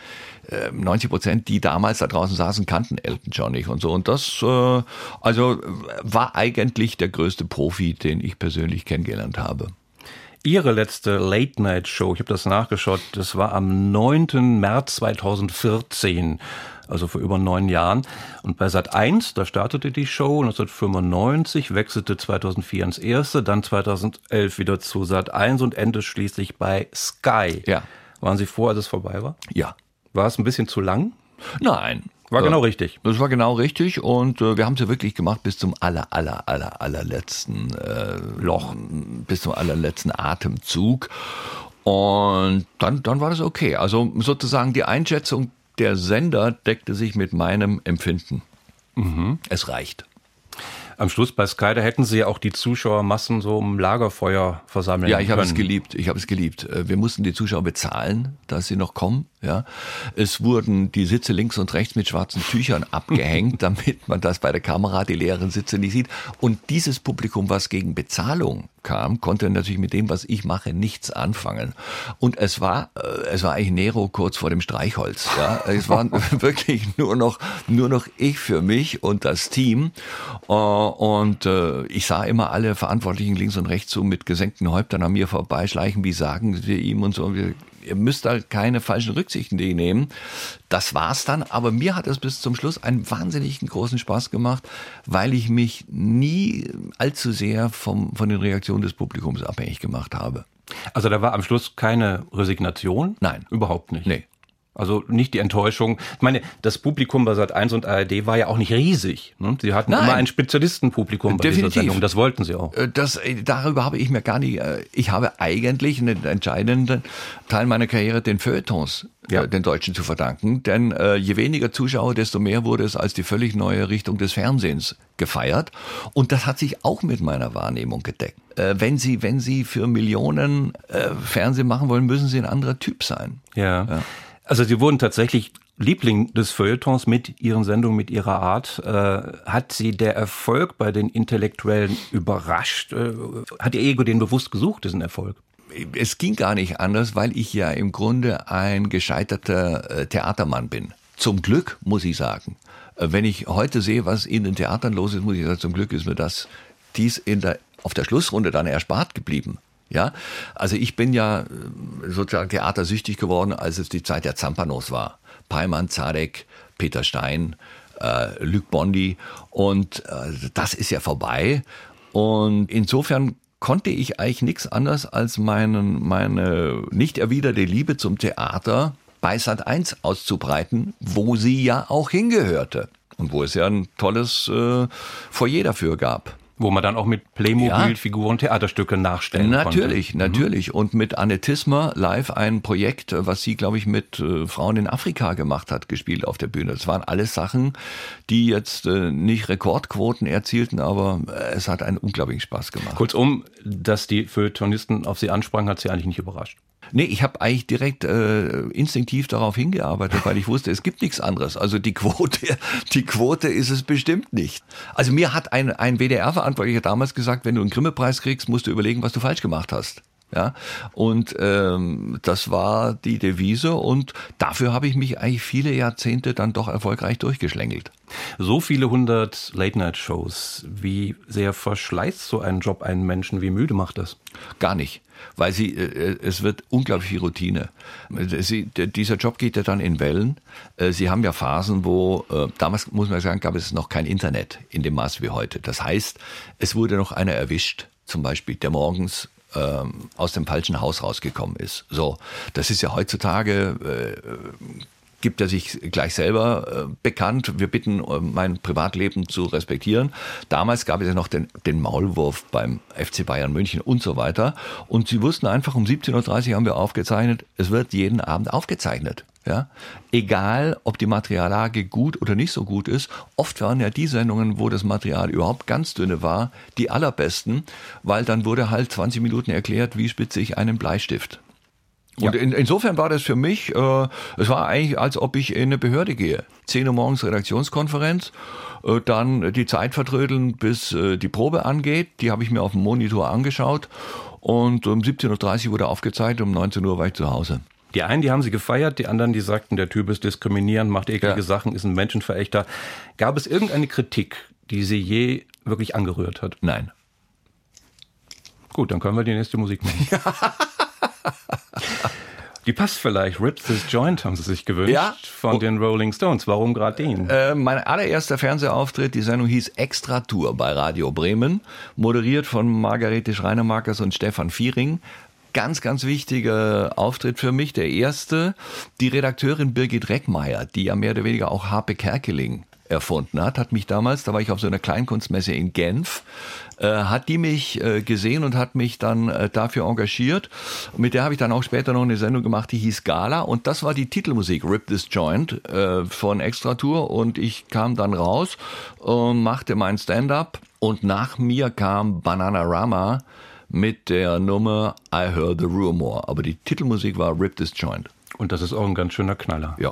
90%, die damals da draußen saßen, kannten Elton John nicht und so. Und das also war eigentlich der größte Profi, den ich persönlich kennengelernt habe. Ihre letzte Late-Night-Show, ich habe das nachgeschaut, das war am 9. März 2014, also vor über 9 Jahren. Und bei Sat.1, da startete die Show 1995, wechselte 2004 ins Erste, dann 2011 wieder zu Sat.1 und endete schließlich bei Sky. Ja. Waren Sie froh, als es vorbei war? Ja. War es ein bisschen zu lang? Nein. War genau richtig. Das war genau richtig und wir haben es ja wirklich gemacht bis zum allerletzten Loch, bis zum allerletzten Atemzug und dann war das okay. Also sozusagen die Einschätzung der Sender deckte sich mit meinem Empfinden. Es reicht. Am Schluss bei Sky, da hätten Sie ja auch die Zuschauermassen so um Lagerfeuer versammeln können. Ja, ich habe es geliebt. Wir mussten die Zuschauer bezahlen, dass sie noch kommen. Ja, es wurden die Sitze links und rechts mit schwarzen Tüchern abgehängt, damit man das bei der Kamera, die leeren Sitze nicht sieht. Und dieses Publikum, was gegen Bezahlung kam, konnte natürlich mit dem, was ich mache, nichts anfangen. Und es war eigentlich Nero kurz vor dem Streichholz. Ja, es waren wirklich nur noch ich für mich und das Team. Und ich sah immer alle Verantwortlichen links und rechts so mit gesenkten Häuptern an mir vorbeischleichen, wie sagen wir ihm und so. Ihr müsst da keine falschen Rücksichten nehmen. Das war's dann. Aber mir hat es bis zum Schluss einen wahnsinnig großen Spaß gemacht, weil ich mich nie allzu sehr von den Reaktionen des Publikums abhängig gemacht habe. Also da war am Schluss keine Resignation? Nein. Überhaupt nicht? Nee. Also nicht die Enttäuschung. Ich meine, das Publikum bei Sat.1 und ARD war ja auch nicht riesig. Ne? Sie hatten immer ein Spezialistenpublikum bei dieser Sendung. Das wollten Sie auch. Darüber habe ich mir gar nicht... Ich habe eigentlich einen entscheidenden Teil meiner Karriere den Feuilletons, den Deutschen, zu verdanken. Denn je weniger Zuschauer, desto mehr wurde es als die völlig neue Richtung des Fernsehens gefeiert. Und das hat sich auch mit meiner Wahrnehmung gedeckt. Wenn Sie für Millionen Fernsehen machen wollen, müssen Sie ein anderer Typ sein. Ja. Also Sie wurden tatsächlich Liebling des Feuilletons mit Ihren Sendungen, mit Ihrer Art. Hat Sie der Erfolg bei den Intellektuellen überrascht? Hat Ihr Ego den bewusst gesucht, diesen Erfolg? Es ging gar nicht anders, weil ich ja im Grunde ein gescheiterter Theatermann bin. Zum Glück, muss ich sagen. Wenn ich heute sehe, was in den Theatern los ist, muss ich sagen, zum Glück ist mir dies auf der Schlussrunde dann erspart geblieben. Ja, also ich bin ja sozusagen theatersüchtig geworden, als es die Zeit der Zampanos war. Peimann, Zadek, Peter Stein, Luc Bondy und das ist ja vorbei. Und insofern konnte ich eigentlich nichts anderes als meine nicht erwiderte Liebe zum Theater bei Sat.1 auszubreiten, wo sie ja auch hingehörte und wo es ja ein tolles Foyer dafür gab. Wo man dann auch mit Playmobil-Figuren Theaterstücke nachstellen konnte. Natürlich. Und mit Anne Tismer live ein Projekt, was sie, glaube ich, mit Frauen in Afrika gemacht hat, gespielt auf der Bühne. Das waren alles Sachen, die jetzt nicht Rekordquoten erzielten, aber es hat einen unglaublichen Spaß gemacht. Kurzum, dass die Feuilletonisten auf Sie ansprangen, hat Sie eigentlich nicht überrascht? Nee, ich habe eigentlich direkt instinktiv darauf hingearbeitet, weil ich wusste, es gibt nichts anderes. Also die Quote ist es bestimmt nicht. Also mir hat ein WDR-Verantwortlicher damals gesagt, wenn du einen Grimme-Preis kriegst, musst du überlegen, was du falsch gemacht hast. Ja, und das war die Devise und dafür habe ich mich eigentlich viele Jahrzehnte dann doch erfolgreich durchgeschlängelt. So viele 100 Late-Night-Shows, wie sehr verschleißt so ein Job einen Menschen, wie müde macht das? Gar nicht, weil es wird unglaublich viel Routine. Dieser Job geht ja dann in Wellen. Sie haben ja Phasen, wo, damals muss man sagen, gab es noch kein Internet in dem Maß wie heute. Das heißt, es wurde noch einer erwischt, zum Beispiel, der morgens aus dem falschen Haus rausgekommen ist. So, das ist ja heutzutage, gibt er sich gleich selber bekannt. Wir bitten, mein Privatleben zu respektieren. Damals gab es ja noch den Maulwurf beim FC Bayern München und so weiter. Und sie wussten einfach, um 17.30 Uhr haben wir aufgezeichnet, es wird jeden Abend aufgezeichnet. Ja? Egal, ob die Materiallage gut oder nicht so gut ist. Oft waren ja die Sendungen, wo das Material überhaupt ganz dünne war, die allerbesten, weil dann wurde halt 20 Minuten erklärt, wie spitze ich einen Bleistift. Und insofern war das für mich, es war eigentlich, als ob ich in eine Behörde gehe. 10 Uhr morgens Redaktionskonferenz, dann die Zeit vertrödeln, bis die Probe angeht. Die habe ich mir auf dem Monitor angeschaut und um 17.30 Uhr wurde aufgezeichnet, um 19 Uhr war ich zu Hause. Die einen, die haben sie gefeiert, die anderen, die sagten, der Typ ist diskriminierend, macht eklige Sachen, ist ein Menschenverächter. Gab es irgendeine Kritik, die Sie je wirklich angerührt hat? Nein. Gut, dann können wir die nächste Musik machen. Die passt vielleicht. Rip This Joint haben Sie sich gewünscht von den Rolling Stones. Warum gerade den? Mein allererster Fernsehauftritt, die Sendung hieß Extra Tour bei Radio Bremen, moderiert von Margarete Schreinemakers und Stefan Viering. Ganz, ganz wichtiger Auftritt für mich, der erste. Die Redakteurin Birgit Reckmeier, die ja mehr oder weniger auch Harpe Kerkeling erfunden hat mich damals, da war ich auf so einer Kleinkunstmesse in Genf, hat die mich gesehen und hat mich dann dafür engagiert. Mit der habe ich dann auch später noch eine Sendung gemacht, die hieß Gala, und das war die Titelmusik Rip This Joint von Extra Tour, und ich kam dann raus und machte mein Stand-up, und nach mir kam Bananarama mit der Nummer I Heard the Rumor, aber die Titelmusik war Rip This Joint. Und das ist auch ein ganz schöner Knaller. Ja.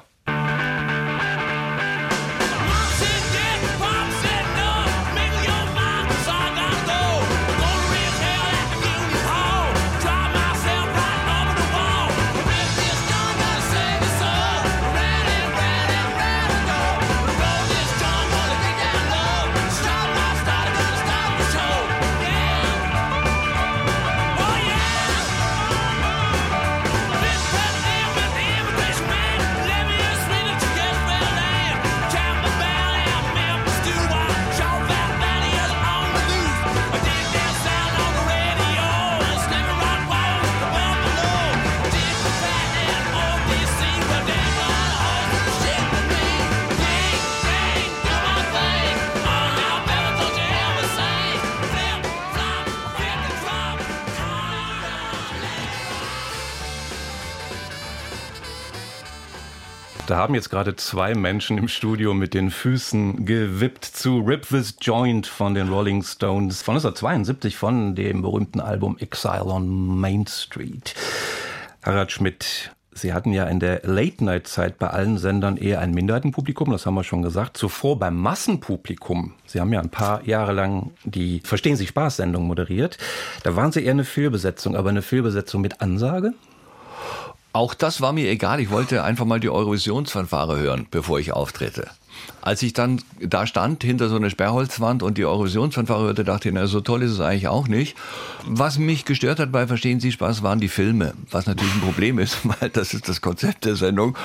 Da haben jetzt gerade 2 Menschen im Studio mit den Füßen gewippt zu Rip This Joint von den Rolling Stones von 1972 von dem berühmten Album Exile on Main Street. Harald Schmidt, Sie hatten ja in der Late-Night-Zeit bei allen Sendern eher ein Minderheitenpublikum, das haben wir schon gesagt. Zuvor beim Massenpublikum, Sie haben ja ein paar Jahre lang die Verstehen Sie Spaß-Sendung moderiert, da waren Sie eher eine Fehlbesetzung, aber eine Fehlbesetzung mit Ansage? Auch das war mir egal. Ich wollte einfach mal die Eurovisionsfanfare hören, bevor ich auftrete. Als ich dann da stand, hinter so einer Sperrholzwand, und die Eurovisionsfanfare hörte, dachte ich, na, so toll ist es eigentlich auch nicht. Was mich gestört hat bei Verstehen Sie Spaß, waren die Filme. Was natürlich ein Problem ist, weil das ist das Konzept der Sendung.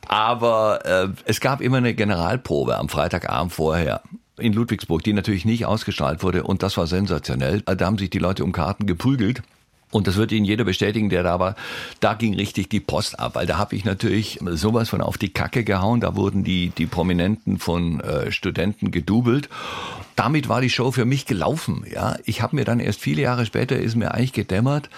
Aber es gab immer eine Generalprobe am Freitagabend vorher in Ludwigsburg, die natürlich nicht ausgestrahlt wurde. Und das war sensationell. Da haben sich die Leute um Karten geprügelt. Und das wird Ihnen jeder bestätigen, der da war. Da ging richtig die Post ab, weil da habe ich natürlich sowas von auf die Kacke gehauen. Da wurden die Prominenten von Studenten gedoubelt. Damit war die Show für mich gelaufen. Ja, ich habe mir dann erst viele Jahre später, ist mir eigentlich gedämmert,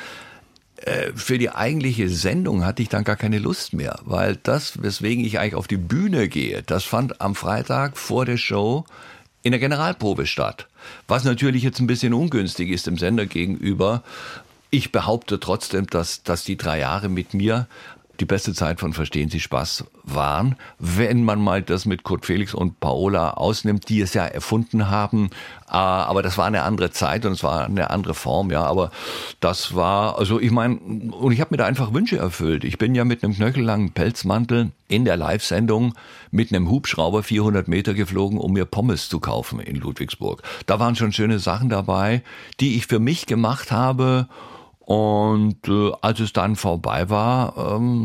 für die eigentliche Sendung hatte ich dann gar keine Lust mehr, weil das, weswegen ich eigentlich auf die Bühne gehe, das fand am Freitag vor der Show in der Generalprobe statt. Was natürlich jetzt ein bisschen ungünstig ist dem Sender gegenüber. Ich behaupte trotzdem, dass die 3 Jahre mit mir die beste Zeit von Verstehen Sie Spaß waren, wenn man mal das mit Kurt Felix und Paola ausnimmt, die es ja erfunden haben. Aber das war eine andere Zeit und es war eine andere Form, ja. Aber das war, also ich meine, und ich habe mir da einfach Wünsche erfüllt. Ich bin ja mit einem knöchellangen Pelzmantel in der Live-Sendung mit einem Hubschrauber 400 Meter geflogen, um mir Pommes zu kaufen in Ludwigsburg. Da waren schon schöne Sachen dabei, die ich für mich gemacht habe. Und als es dann vorbei war,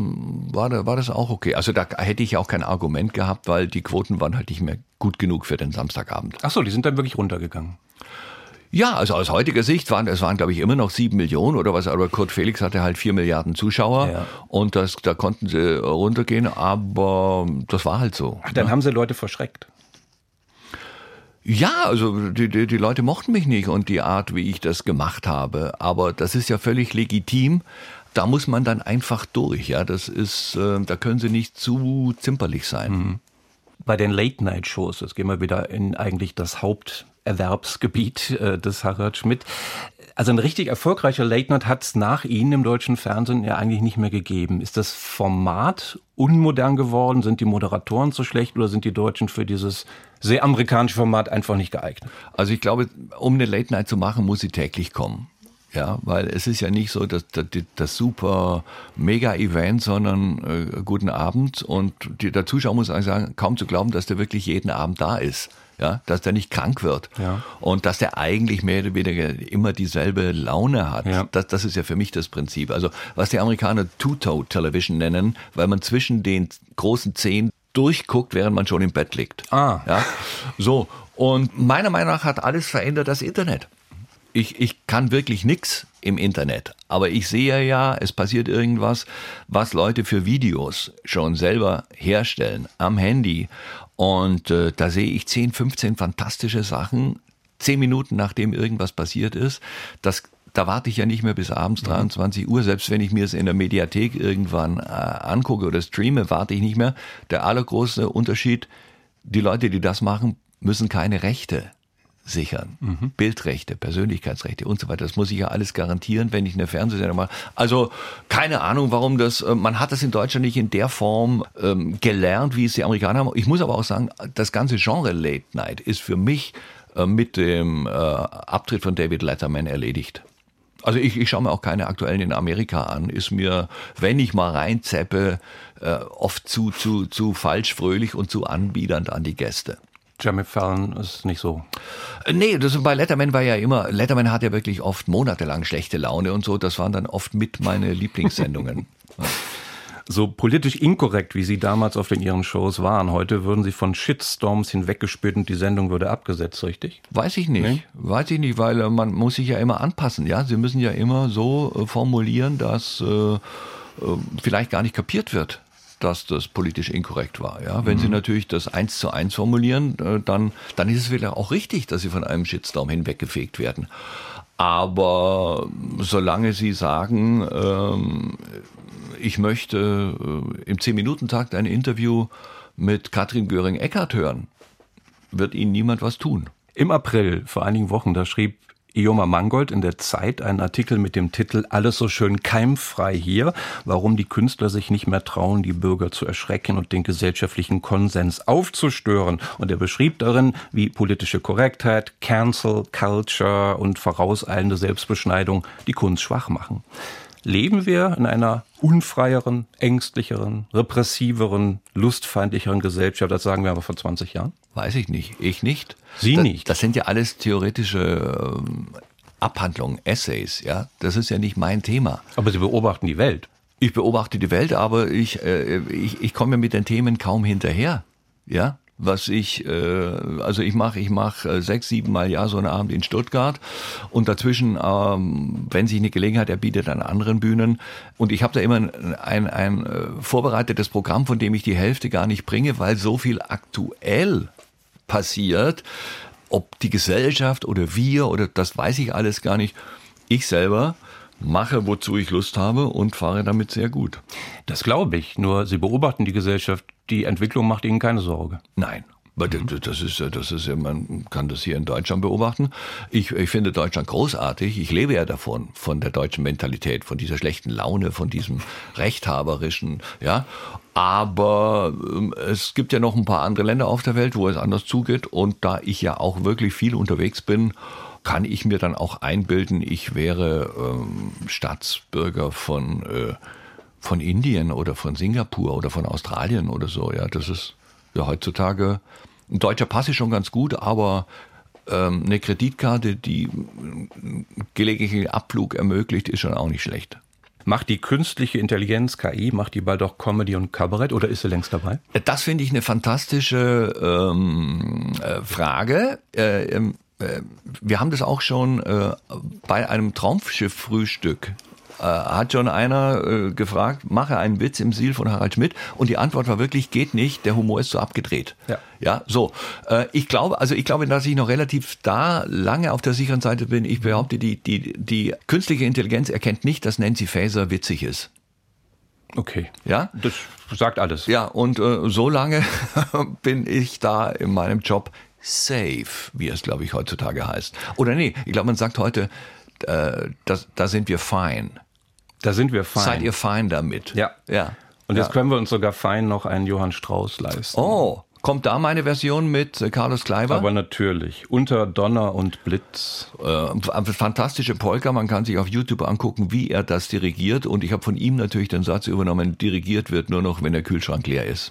war das auch okay. Also da hätte ich auch kein Argument gehabt, weil die Quoten waren halt nicht mehr gut genug für den Samstagabend. Ach so, die sind dann wirklich runtergegangen. Ja, also aus heutiger Sicht waren glaube ich, immer noch 7 Millionen oder was. Aber Kurt Felix hatte halt 4 Milliarden Zuschauer, ja. Und da konnten sie runtergehen, aber das war halt so. Ach, dann haben sie Leute verschreckt. Ja, also die Leute mochten mich nicht und die Art, wie ich das gemacht habe. Aber das ist ja völlig legitim. Da muss man dann einfach durch. Ja, das ist, da können sie nicht zu zimperlich sein. Mhm. Bei den Late-Night-Shows, jetzt gehen wir wieder in eigentlich das Hauptelement Erwerbsgebiet des Harald Schmidt. Also ein richtig erfolgreicher Late Night hat es nach Ihnen im deutschen Fernsehen ja eigentlich nicht mehr gegeben. Ist das Format unmodern geworden? Sind die Moderatoren zu schlecht oder sind die Deutschen für dieses sehr amerikanische Format einfach nicht geeignet? Also ich glaube, um eine Late Night zu machen, muss sie täglich kommen. Ja, weil es ist ja nicht so das super Mega-Event, sondern guten Abend. Und der Zuschauer muss eigentlich sagen, kaum zu glauben, dass der wirklich jeden Abend da ist. Ja, dass der nicht krank wird. Ja. Und dass der eigentlich mehr oder weniger immer dieselbe Laune hat. Ja. Das ist ja für mich das Prinzip. Also was die Amerikaner Two-Toe-Television nennen, weil man zwischen den großen Zehen durchguckt, während man schon im Bett liegt. Ja, so. Und meiner Meinung nach hat alles verändert das Internet. Ich kann wirklich nichts im Internet, aber ich sehe ja, es passiert irgendwas, was Leute für Videos schon selber herstellen am Handy. Und da sehe ich 10, 15 fantastische Sachen, 10 Minuten nachdem irgendwas passiert ist. Da warte ich ja nicht mehr bis abends 23 Uhr, selbst wenn ich mir es in der Mediathek irgendwann angucke oder streame, warte ich nicht mehr. Der allergrößte Unterschied, die Leute, die das machen, müssen keine Rechte sichern. Bildrechte, Persönlichkeitsrechte und so weiter. Das muss ich ja alles garantieren, wenn ich eine Fernsehsendung mache. Also keine Ahnung, warum man hat das in Deutschland nicht in der Form gelernt, wie es die Amerikaner haben. Ich muss aber auch sagen, das ganze Genre Late Night ist für mich mit dem Abtritt von David Letterman erledigt. Also ich schaue mir auch keine aktuellen in Amerika an. Ist mir, wenn ich mal reinzeppe, oft zu falsch fröhlich und zu anbiedernd an die Gäste. Jimmy Fallon ist nicht so. Nee, bei Letterman war ja immer, Letterman hat ja wirklich oft monatelang schlechte Laune und so, das waren dann oft mit meine Lieblingssendungen. So politisch inkorrekt, wie Sie damals auf Ihren Shows waren, heute würden Sie von Shitstorms hinweggespült und die Sendung würde abgesetzt, richtig? Weiß ich nicht. Nee? Weiß ich nicht, weil man muss sich ja immer anpassen, ja. Sie müssen ja immer so formulieren, dass vielleicht gar nicht kapiert wird, dass das politisch inkorrekt war. Ja? Wenn Sie natürlich das 1:1 formulieren, dann ist es wieder auch richtig, dass Sie von einem Shitstorm hinweggefegt werden. Aber solange Sie sagen, ich möchte im 10-Minuten-Takt ein Interview mit Katrin Göring-Eckardt hören, wird Ihnen niemand was tun. Im April, vor einigen Wochen, da schrieb Ioma Mangold in der Zeit einen Artikel mit dem Titel »Alles so schön keimfrei hier«, warum die Künstler sich nicht mehr trauen, die Bürger zu erschrecken und den gesellschaftlichen Konsens aufzustören. Und er beschrieb darin, wie politische Korrektheit, Cancel Culture und vorauseilende Selbstbeschneidung die Kunst schwach machen. Leben wir in einer unfreieren, ängstlicheren, repressiveren, lustfeindlicheren Gesellschaft, als sagen wir aber vor 20 Jahren? Weiß ich nicht. Ich nicht. Sie nicht. Das sind ja alles theoretische Abhandlungen, Essays, ja. Das ist ja nicht mein Thema. Aber Sie beobachten die Welt. Ich beobachte die Welt, aber ich komme mit den Themen kaum hinterher, ja. Ich mache 6, 7 Mal im Jahr so einen Abend in Stuttgart und dazwischen, wenn sich eine Gelegenheit erbietet, an anderen Bühnen. Und ich habe da immer ein vorbereitetes Programm, von dem ich die Hälfte gar nicht bringe, weil so viel aktuell passiert, ob die Gesellschaft oder wir oder das weiß ich alles gar nicht. Ich selber mache, wozu ich Lust habe und fahre damit sehr gut. Das glaube ich, nur Sie beobachten die Gesellschaft, die Entwicklung macht Ihnen keine Sorge. Nein. Das ist ja, man kann das hier in Deutschland beobachten. Ich finde Deutschland großartig. Ich lebe ja davon, von der deutschen Mentalität, von dieser schlechten Laune, von diesem rechthaberischen, ja. Aber es gibt ja noch ein paar andere Länder auf der Welt, wo es anders zugeht. Und da ich ja auch wirklich viel unterwegs bin, kann ich mir dann auch einbilden, ich wäre Staatsbürger von Indien oder von Singapur oder von Australien oder so. Ja, das ist ja heutzutage, ein deutscher Pass ist schon ganz gut, aber eine Kreditkarte, die gelegentlich Abflug ermöglicht, ist schon auch nicht schlecht. Macht die künstliche Intelligenz, KI, macht die bald auch Comedy und Kabarett oder ist sie längst dabei? Das finde ich eine fantastische Frage. Wir haben das auch schon bei einem Traumschiff-Frühstück. Hat schon einer gefragt, mache einen Witz im Stil von Harald Schmidt und die Antwort war wirklich, geht nicht, der Humor ist so abgedreht. Ja, so. Ich glaube, dass ich noch relativ da lange auf der sicheren Seite bin. Ich behaupte, die künstliche Intelligenz erkennt nicht, dass Nancy Faeser witzig ist. Okay. Ja? Das sagt alles. Ja, und so lange bin ich da in meinem Job safe, wie es, glaube ich, heutzutage heißt. Oder nee, ich glaube, man sagt heute, da sind wir fein. Da sind wir fein. Seid ihr fein damit? Ja. Ja. Und jetzt können wir uns sogar fein noch einen Johann Strauss leisten. Oh, kommt da meine Version mit Carlos Kleiber? Aber natürlich, unter Donner und Blitz. Fantastische Polka, man kann sich auf YouTube angucken, wie er das dirigiert. Und ich habe von ihm natürlich den Satz übernommen, dirigiert wird nur noch, wenn der Kühlschrank leer ist.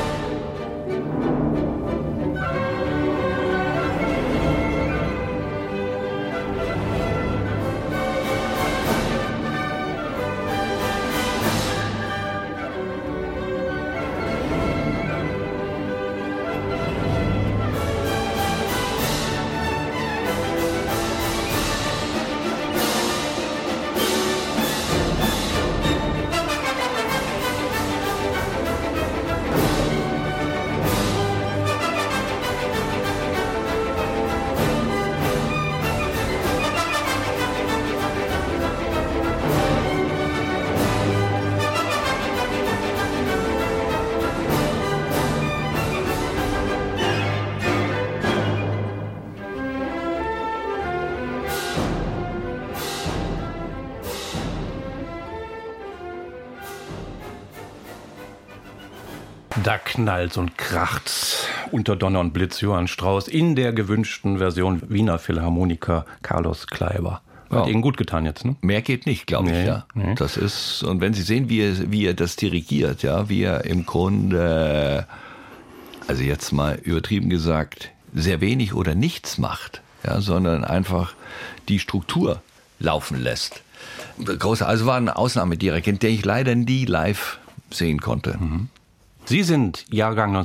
Da knallt und kracht's unter Donner und Blitz, Johann Strauss in der gewünschten Version Wiener Philharmoniker Carlos Kleiber. Hat Ihnen gut getan jetzt, ne? Mehr geht nicht, glaube ich, ja. Nee. Das ist, und wenn Sie sehen, wie er das dirigiert, ja, wie er im Grunde, also jetzt mal übertrieben gesagt, sehr wenig oder nichts macht, ja, sondern einfach die Struktur laufen lässt. Also war ein Ausnahmedirigent, den ich leider nie live sehen konnte. Mhm. Sie sind Jahrgang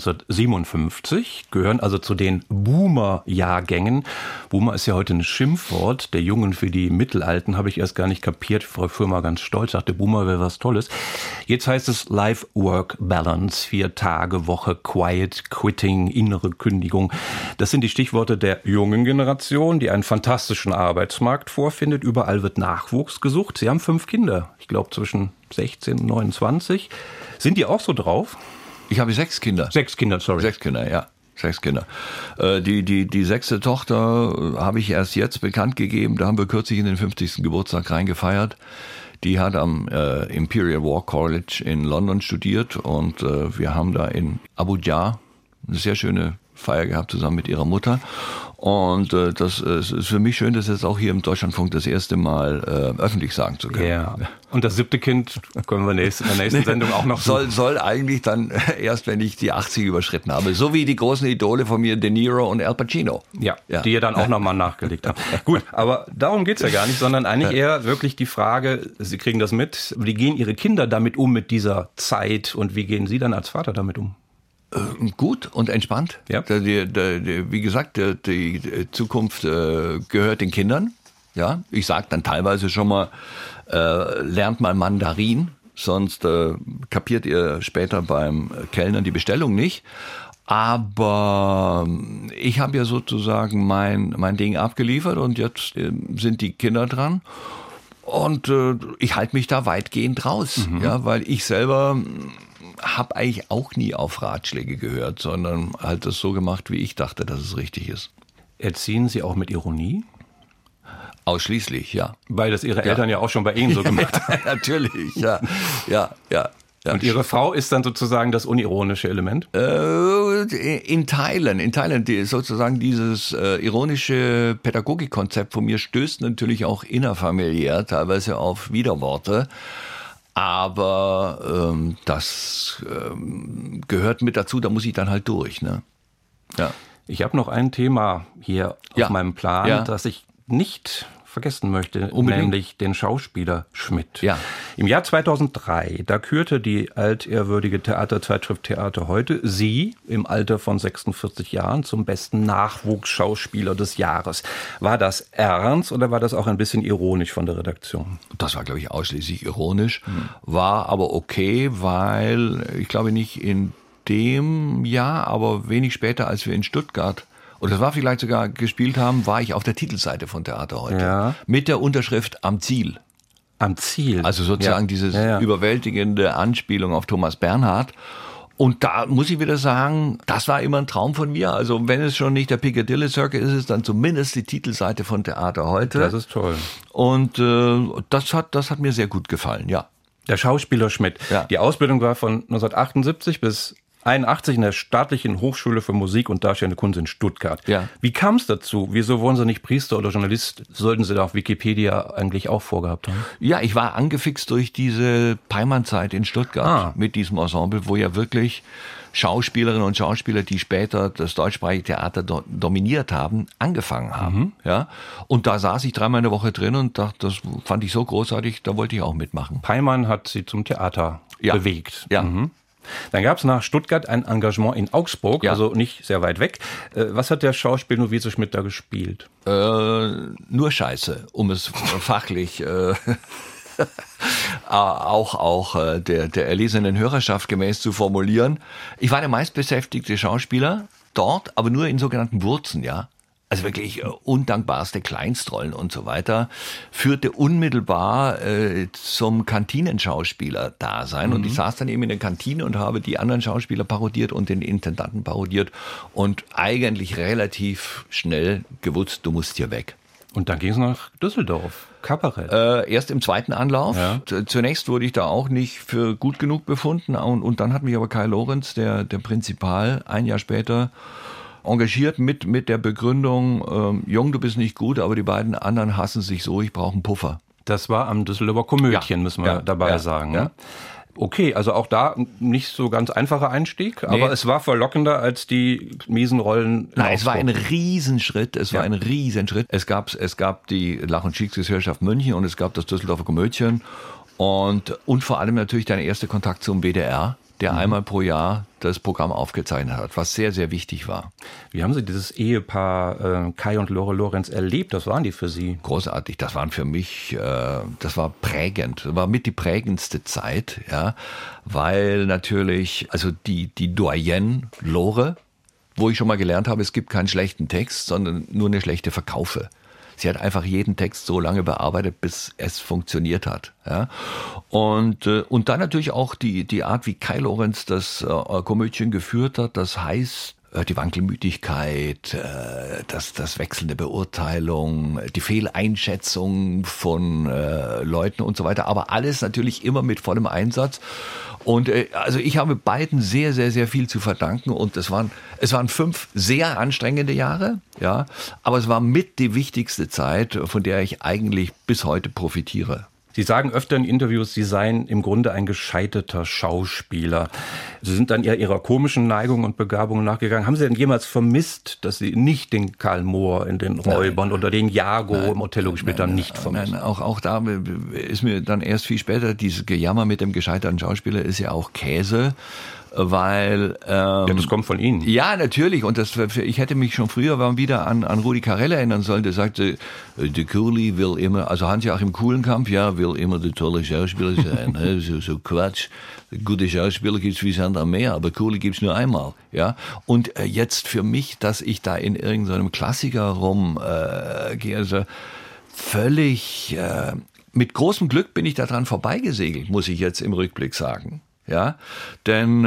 1957, gehören also zu den Boomer-Jahrgängen. Boomer ist ja heute ein Schimpfwort der Jungen für die Mittelalten, habe ich erst gar nicht kapiert. Ich war früher mal ganz stolz, dachte, Boomer wäre was Tolles. Jetzt heißt es Life-Work-Balance, 4-Tage-Woche, Quiet Quitting, innere Kündigung. Das sind die Stichworte der jungen Generation, die einen fantastischen Arbeitsmarkt vorfindet. Überall wird Nachwuchs gesucht. Sie haben 5 Kinder, ich glaube zwischen 16 und 29. Sind die auch so drauf? Ich habe 6 Kinder. 6 Kinder, sorry. 6 Kinder, ja. 6 Kinder. Die 6. Tochter habe ich erst jetzt bekannt gegeben. Da haben wir kürzlich in den 50. Geburtstag reingefeiert. Die hat am Imperial War College in London studiert und wir haben da in Abu Dhabi eine sehr schöne Feier gehabt zusammen mit ihrer Mutter. Und das ist für mich schön, das jetzt auch hier im Deutschlandfunk das erste Mal öffentlich sagen zu können. Ja. Und das 7. Kind können wir in der nächsten Sendung auch noch soll eigentlich dann erst, wenn ich die 80 überschritten habe. So wie die großen Idole von mir, De Niro und Al Pacino. Ja. Die ihr dann auch nochmal nachgelegt habt. Gut, aber darum geht's ja gar nicht, sondern eigentlich eher wirklich die Frage, Sie kriegen das mit, wie gehen Ihre Kinder damit um mit dieser Zeit und wie gehen Sie dann als Vater damit um? Gut und entspannt. Ja. Wie gesagt, die Zukunft gehört den Kindern. Ja, ich sage dann teilweise schon mal, lernt mal Mandarin, sonst kapiert ihr später beim Kellnern die Bestellung nicht. Aber ich habe ja sozusagen mein Ding abgeliefert und jetzt sind die Kinder dran. Und ich halte mich da weitgehend raus, ja, weil ich selber habe eigentlich auch nie auf Ratschläge gehört, sondern halt das so gemacht, wie ich dachte, dass es richtig ist. Erziehen Sie auch mit Ironie? Ausschließlich, ja. Weil das Ihre Eltern ja auch schon bei Ihnen so gemacht haben. Natürlich, ja. Und Ihre Frau ist dann sozusagen das unironische Element? In Teilen, sozusagen dieses ironische Pädagogikkonzept von mir stößt natürlich auch innerfamiliär teilweise auf Widerworte. Aber das gehört mit dazu, da muss ich dann halt durch. Ne? Ja. Ich habe noch ein Thema hier auf meinem Plan, das ich nicht vergessen möchte, nämlich den Schauspieler Schmidt. Ja. Im Jahr 2003, da kürte die altehrwürdige Theaterzeitschrift Theater heute Sie im Alter von 46 Jahren zum besten Nachwuchsschauspieler des Jahres. War das ernst oder war das auch ein bisschen ironisch von der Redaktion? Das war, glaube ich, ausschließlich ironisch, war aber okay, weil ich glaube nicht in dem Jahr, aber wenig später, als wir in Stuttgart und das war vielleicht sogar gespielt haben, war ich auf der Titelseite von Theater heute. Ja. Mit der Unterschrift Am Ziel. Am Ziel? Also sozusagen dieses überwältigende Anspielung auf Thomas Bernhard. Und da muss ich wieder sagen, das war immer ein Traum von mir. Also wenn es schon nicht der Piccadilly Circus ist, dann zumindest die Titelseite von Theater heute. Das ist toll. Und das hat mir sehr gut gefallen, ja. Der Schauspieler Schmidt. Ja. Die Ausbildung war von 1978 bis 81 in der Staatlichen Hochschule für Musik und Darstellende Kunst in Stuttgart. Ja. Wie kam es dazu? Wieso wurden Sie nicht Priester oder Journalist? Sollten Sie da auf Wikipedia eigentlich auch vorgehabt haben? Ja, ich war angefixt durch diese Peimann-Zeit in Stuttgart mit diesem Ensemble, wo ja wirklich Schauspielerinnen und Schauspieler, die später das deutschsprachige Theater dominiert haben, angefangen haben. Ja? Und da saß ich 3-mal in der Woche drin und dachte, das fand ich so großartig, da wollte ich auch mitmachen. Peimann hat Sie zum Theater bewegt. Ja. Dann gab es nach Stuttgart ein Engagement in Augsburg, also nicht sehr weit weg. Was hat der Schauspieler Luise Schmidt da gespielt? Nur Scheiße, um es fachlich auch der erlesenen Hörerschaft gemäß zu formulieren. Ich war der meistbeschäftigte Schauspieler dort, aber nur in sogenannten Wurzen, ja. Also wirklich undankbarste Kleinstrollen und so weiter, führte unmittelbar zum Kantinenschauspieler-Dasein. Und ich saß dann eben in der Kantine und habe die anderen Schauspieler parodiert und den Intendanten parodiert und eigentlich relativ schnell gewusst, du musst hier weg. Und dann ging es nach Düsseldorf, Kabarett. Erst im zweiten Anlauf. Ja. Zunächst wurde ich da auch nicht für gut genug befunden. Und dann hat mich aber Kai Lorenz, der Prinzipal, ein Jahr später engagiert mit der Begründung, Jung, du bist nicht gut, aber die beiden anderen hassen sich so, ich brauche einen Puffer. Das war am Düsseldorfer Komödien, müssen wir dabei sagen. Ja. Okay, also auch da nicht so ganz einfacher Einstieg, aber es war verlockender als die miesen Rollen. Nein, es war ein Riesenschritt, Es gab die Lach- und Schiedsgesellschaft München und es gab das Düsseldorfer Komödien und vor allem natürlich dein erster Kontakt zum WDR, der einmal pro Jahr das Programm aufgezeichnet hat, was sehr, sehr wichtig war. Wie haben Sie dieses Ehepaar Kai und Lore Lorenz erlebt? Was waren die für Sie? Großartig, das waren für mich, das war prägend, das war mit die prägendste Zeit, ja, weil natürlich, also die Doyenne Lore, wo ich schon mal gelernt habe, es gibt keinen schlechten Text, sondern nur eine schlechte Verkaufe. Sie hat einfach jeden Text so lange bearbeitet, bis es funktioniert hat. Ja? Und dann natürlich auch die Art, wie Kai Lorenz das Komödien geführt hat. Das heißt, die Wankelmütigkeit, das wechselnde Beurteilung, die Fehleinschätzung von Leuten und so weiter. Aber alles natürlich immer mit vollem Einsatz. Und also ich habe beiden sehr, sehr, sehr viel zu verdanken und es waren 5 sehr anstrengende Jahre, ja, aber es war mit die wichtigste Zeit, von der ich eigentlich bis heute profitiere. Sie sagen öfter in Interviews, Sie seien im Grunde ein gescheiterter Schauspieler. Sie sind dann eher Ihrer komischen Neigung und Begabung nachgegangen. Haben Sie denn jemals vermisst, dass Sie nicht den Karl Mohr in den Räubern oder den Jago im Othello gespielt haben, nicht vermisst? Nein, auch da ist mir dann erst viel später, dieses Gejammer mit dem gescheiterten Schauspieler ist ja auch Käse. Weil das kommt von Ihnen. Ja, natürlich. Und ich hätte mich schon früher wieder an Rudi Carrell erinnern sollen. Der sagte, der Kurli will immer, also Hans-Joachim Kulenkampf, will immer der tolle Schauspieler sein. so Quatsch. Gute Schauspieler gibt's wie Sand am Meer, aber Kurli gibt's nur einmal. Ja. Und jetzt für mich, dass ich da in irgendeinem Klassiker rumgehe, also völlig mit großem Glück bin ich da dran vorbeigesegelt, muss ich jetzt im Rückblick sagen. Ja, denn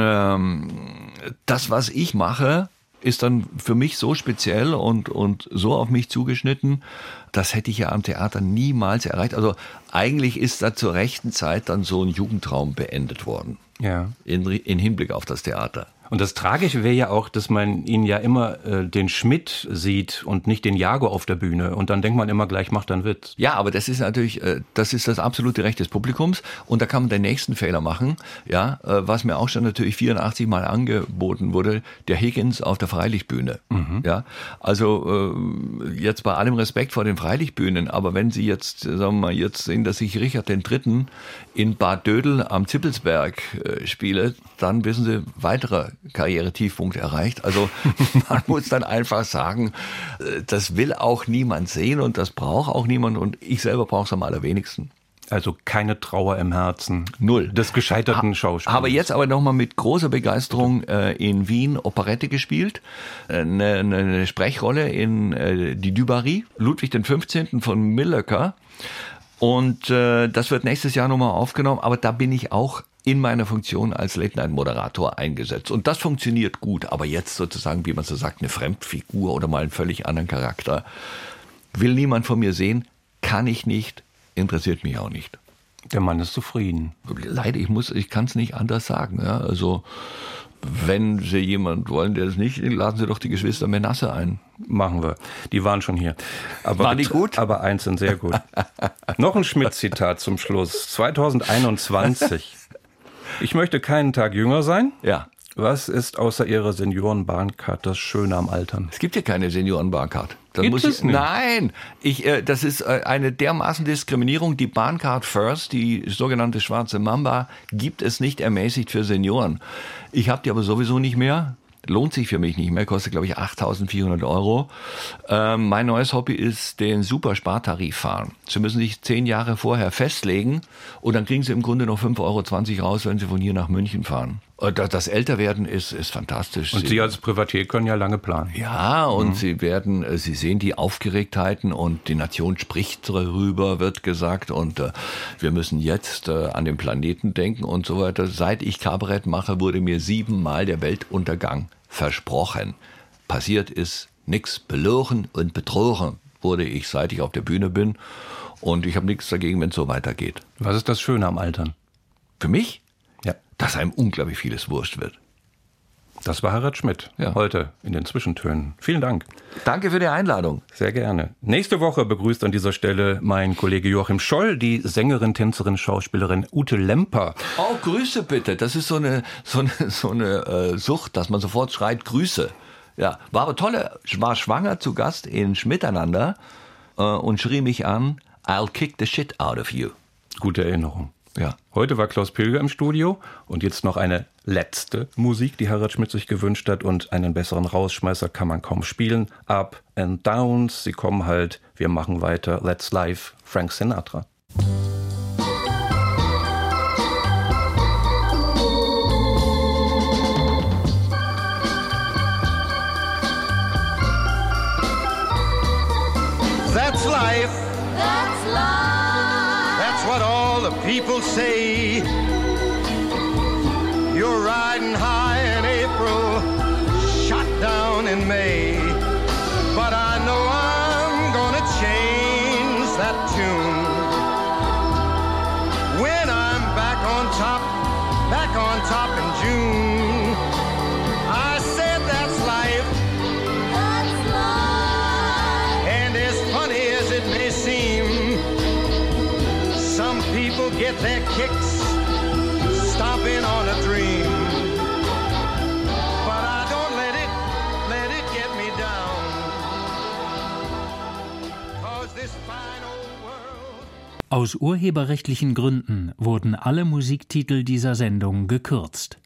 das, was ich mache, ist dann für mich so speziell und so auf mich zugeschnitten, das hätte ich ja am Theater niemals erreicht. Also eigentlich ist da zur rechten Zeit dann so ein Jugendtraum beendet worden. Ja. In Hinblick auf das Theater. Und das Tragische wäre ja auch, dass man ihn ja immer den Schmidt sieht und nicht den Jago auf der Bühne. Und dann denkt man immer gleich, macht dann Witz. Ja, aber das ist natürlich, das ist das absolute Recht des Publikums. Und da kann man den nächsten Fehler machen. Ja, was mir auch schon natürlich 84 Mal angeboten wurde, der Higgins auf der Freilichtbühne. Ja, also jetzt bei allem Respekt vor den Freilichtbühnen, aber wenn Sie jetzt, sagen wir mal, jetzt sehen, dass ich Richard III. In Bad Dödel am Zippelsberg spiele, dann wissen Sie, weiterer Karrieretiefpunkt erreicht. Also man muss dann einfach sagen, das will auch niemand sehen und das braucht auch niemand und ich selber brauche es am allerwenigsten. Also keine Trauer im Herzen. Null. Des gescheiterten Schauspielers. Habe jetzt aber nochmal mit großer Begeisterung in Wien Operette gespielt. Eine Sprechrolle in die Dubarry, Ludwig XV. Von Millöcker. Und das wird nächstes Jahr nochmal aufgenommen, aber da bin ich auch in meiner Funktion als Late-Night-Moderator eingesetzt. Und das funktioniert gut. Aber jetzt sozusagen, wie man so sagt, eine Fremdfigur oder mal einen völlig anderen Charakter, will niemand von mir sehen, kann ich nicht, interessiert mich auch nicht. Der Mann ist zufrieden. Leider, ich kann es nicht anders sagen. Ja? Also, wenn Sie jemand wollen, der es nicht, laden Sie doch die Geschwister Menasse ein. Machen wir. Die waren schon hier. Aber, waren die gut? Aber eins sind sehr gut. Noch ein Schmidt-Zitat zum Schluss. 2021. Ich möchte keinen Tag jünger sein. Ja. Was ist außer Ihrer Seniorenbahncard das Schöne am Altern? Es gibt ja keine Seniorenbahncard. Gibt es nicht? Nein, das ist eine dermaßen Diskriminierung. Die Bahncard First, die sogenannte schwarze Mamba, gibt es nicht ermäßigt für Senioren. Ich habe die aber sowieso nicht mehr. Lohnt sich für mich nicht mehr, kostet glaube ich 8.400 Euro. Mein neues Hobby ist den Superspartarif fahren. Sie müssen sich 10 Jahre vorher festlegen und dann kriegen Sie im Grunde noch 5,20 Euro raus, wenn Sie von hier nach München fahren. Das Älterwerden ist fantastisch. Und Sie als Privatier können ja lange planen. Ja, und Sie sehen die Aufgeregtheiten und die Nation spricht darüber, wird gesagt, und wir müssen jetzt an den Planeten denken und so weiter. Seit ich Kabarett mache, wurde mir 7-mal der Weltuntergang versprochen. Passiert ist nichts. Belogen und betrogen wurde ich, seit ich auf der Bühne bin, und ich habe nichts dagegen, wenn es so weitergeht. Was ist das Schöne am Altern? Für mich? Ja. Dass einem unglaublich vieles wurscht wird. Das war Harald Schmidt, heute in den Zwischentönen. Vielen Dank. Danke für die Einladung. Sehr gerne. Nächste Woche begrüßt an dieser Stelle mein Kollege Joachim Scholl die Sängerin, Tänzerin, Schauspielerin Ute Lemper. Oh, Grüße bitte. Das ist so eine Sucht, dass man sofort schreit, Grüße. Ja, war aber toll. War schwanger zu Gast in Schmiteinander und schrie mich an, I'll kick the shit out of you. Gute Erinnerung. Ja. Heute war Klaus Pilger im Studio und jetzt noch eine letzte Musik, die Harald Schmidt sich gewünscht hat, und einen besseren Rausschmeißer kann man kaum spielen. Up and Downs, sie kommen halt, wir machen weiter. Let's Live, Frank Sinatra. That's life. That's life. That's what all the people say. You're riding high in April, shot down in May. But I know I'm gonna change that tune. When I'm back on top in June. I said that's life. That's life. And as funny as it may seem, some people get their kicks stomping on a dream. But I don't let it get me down. 'Cause this fine old world. Aus urheberrechtlichen Gründen wurden alle Musiktitel dieser Sendung gekürzt.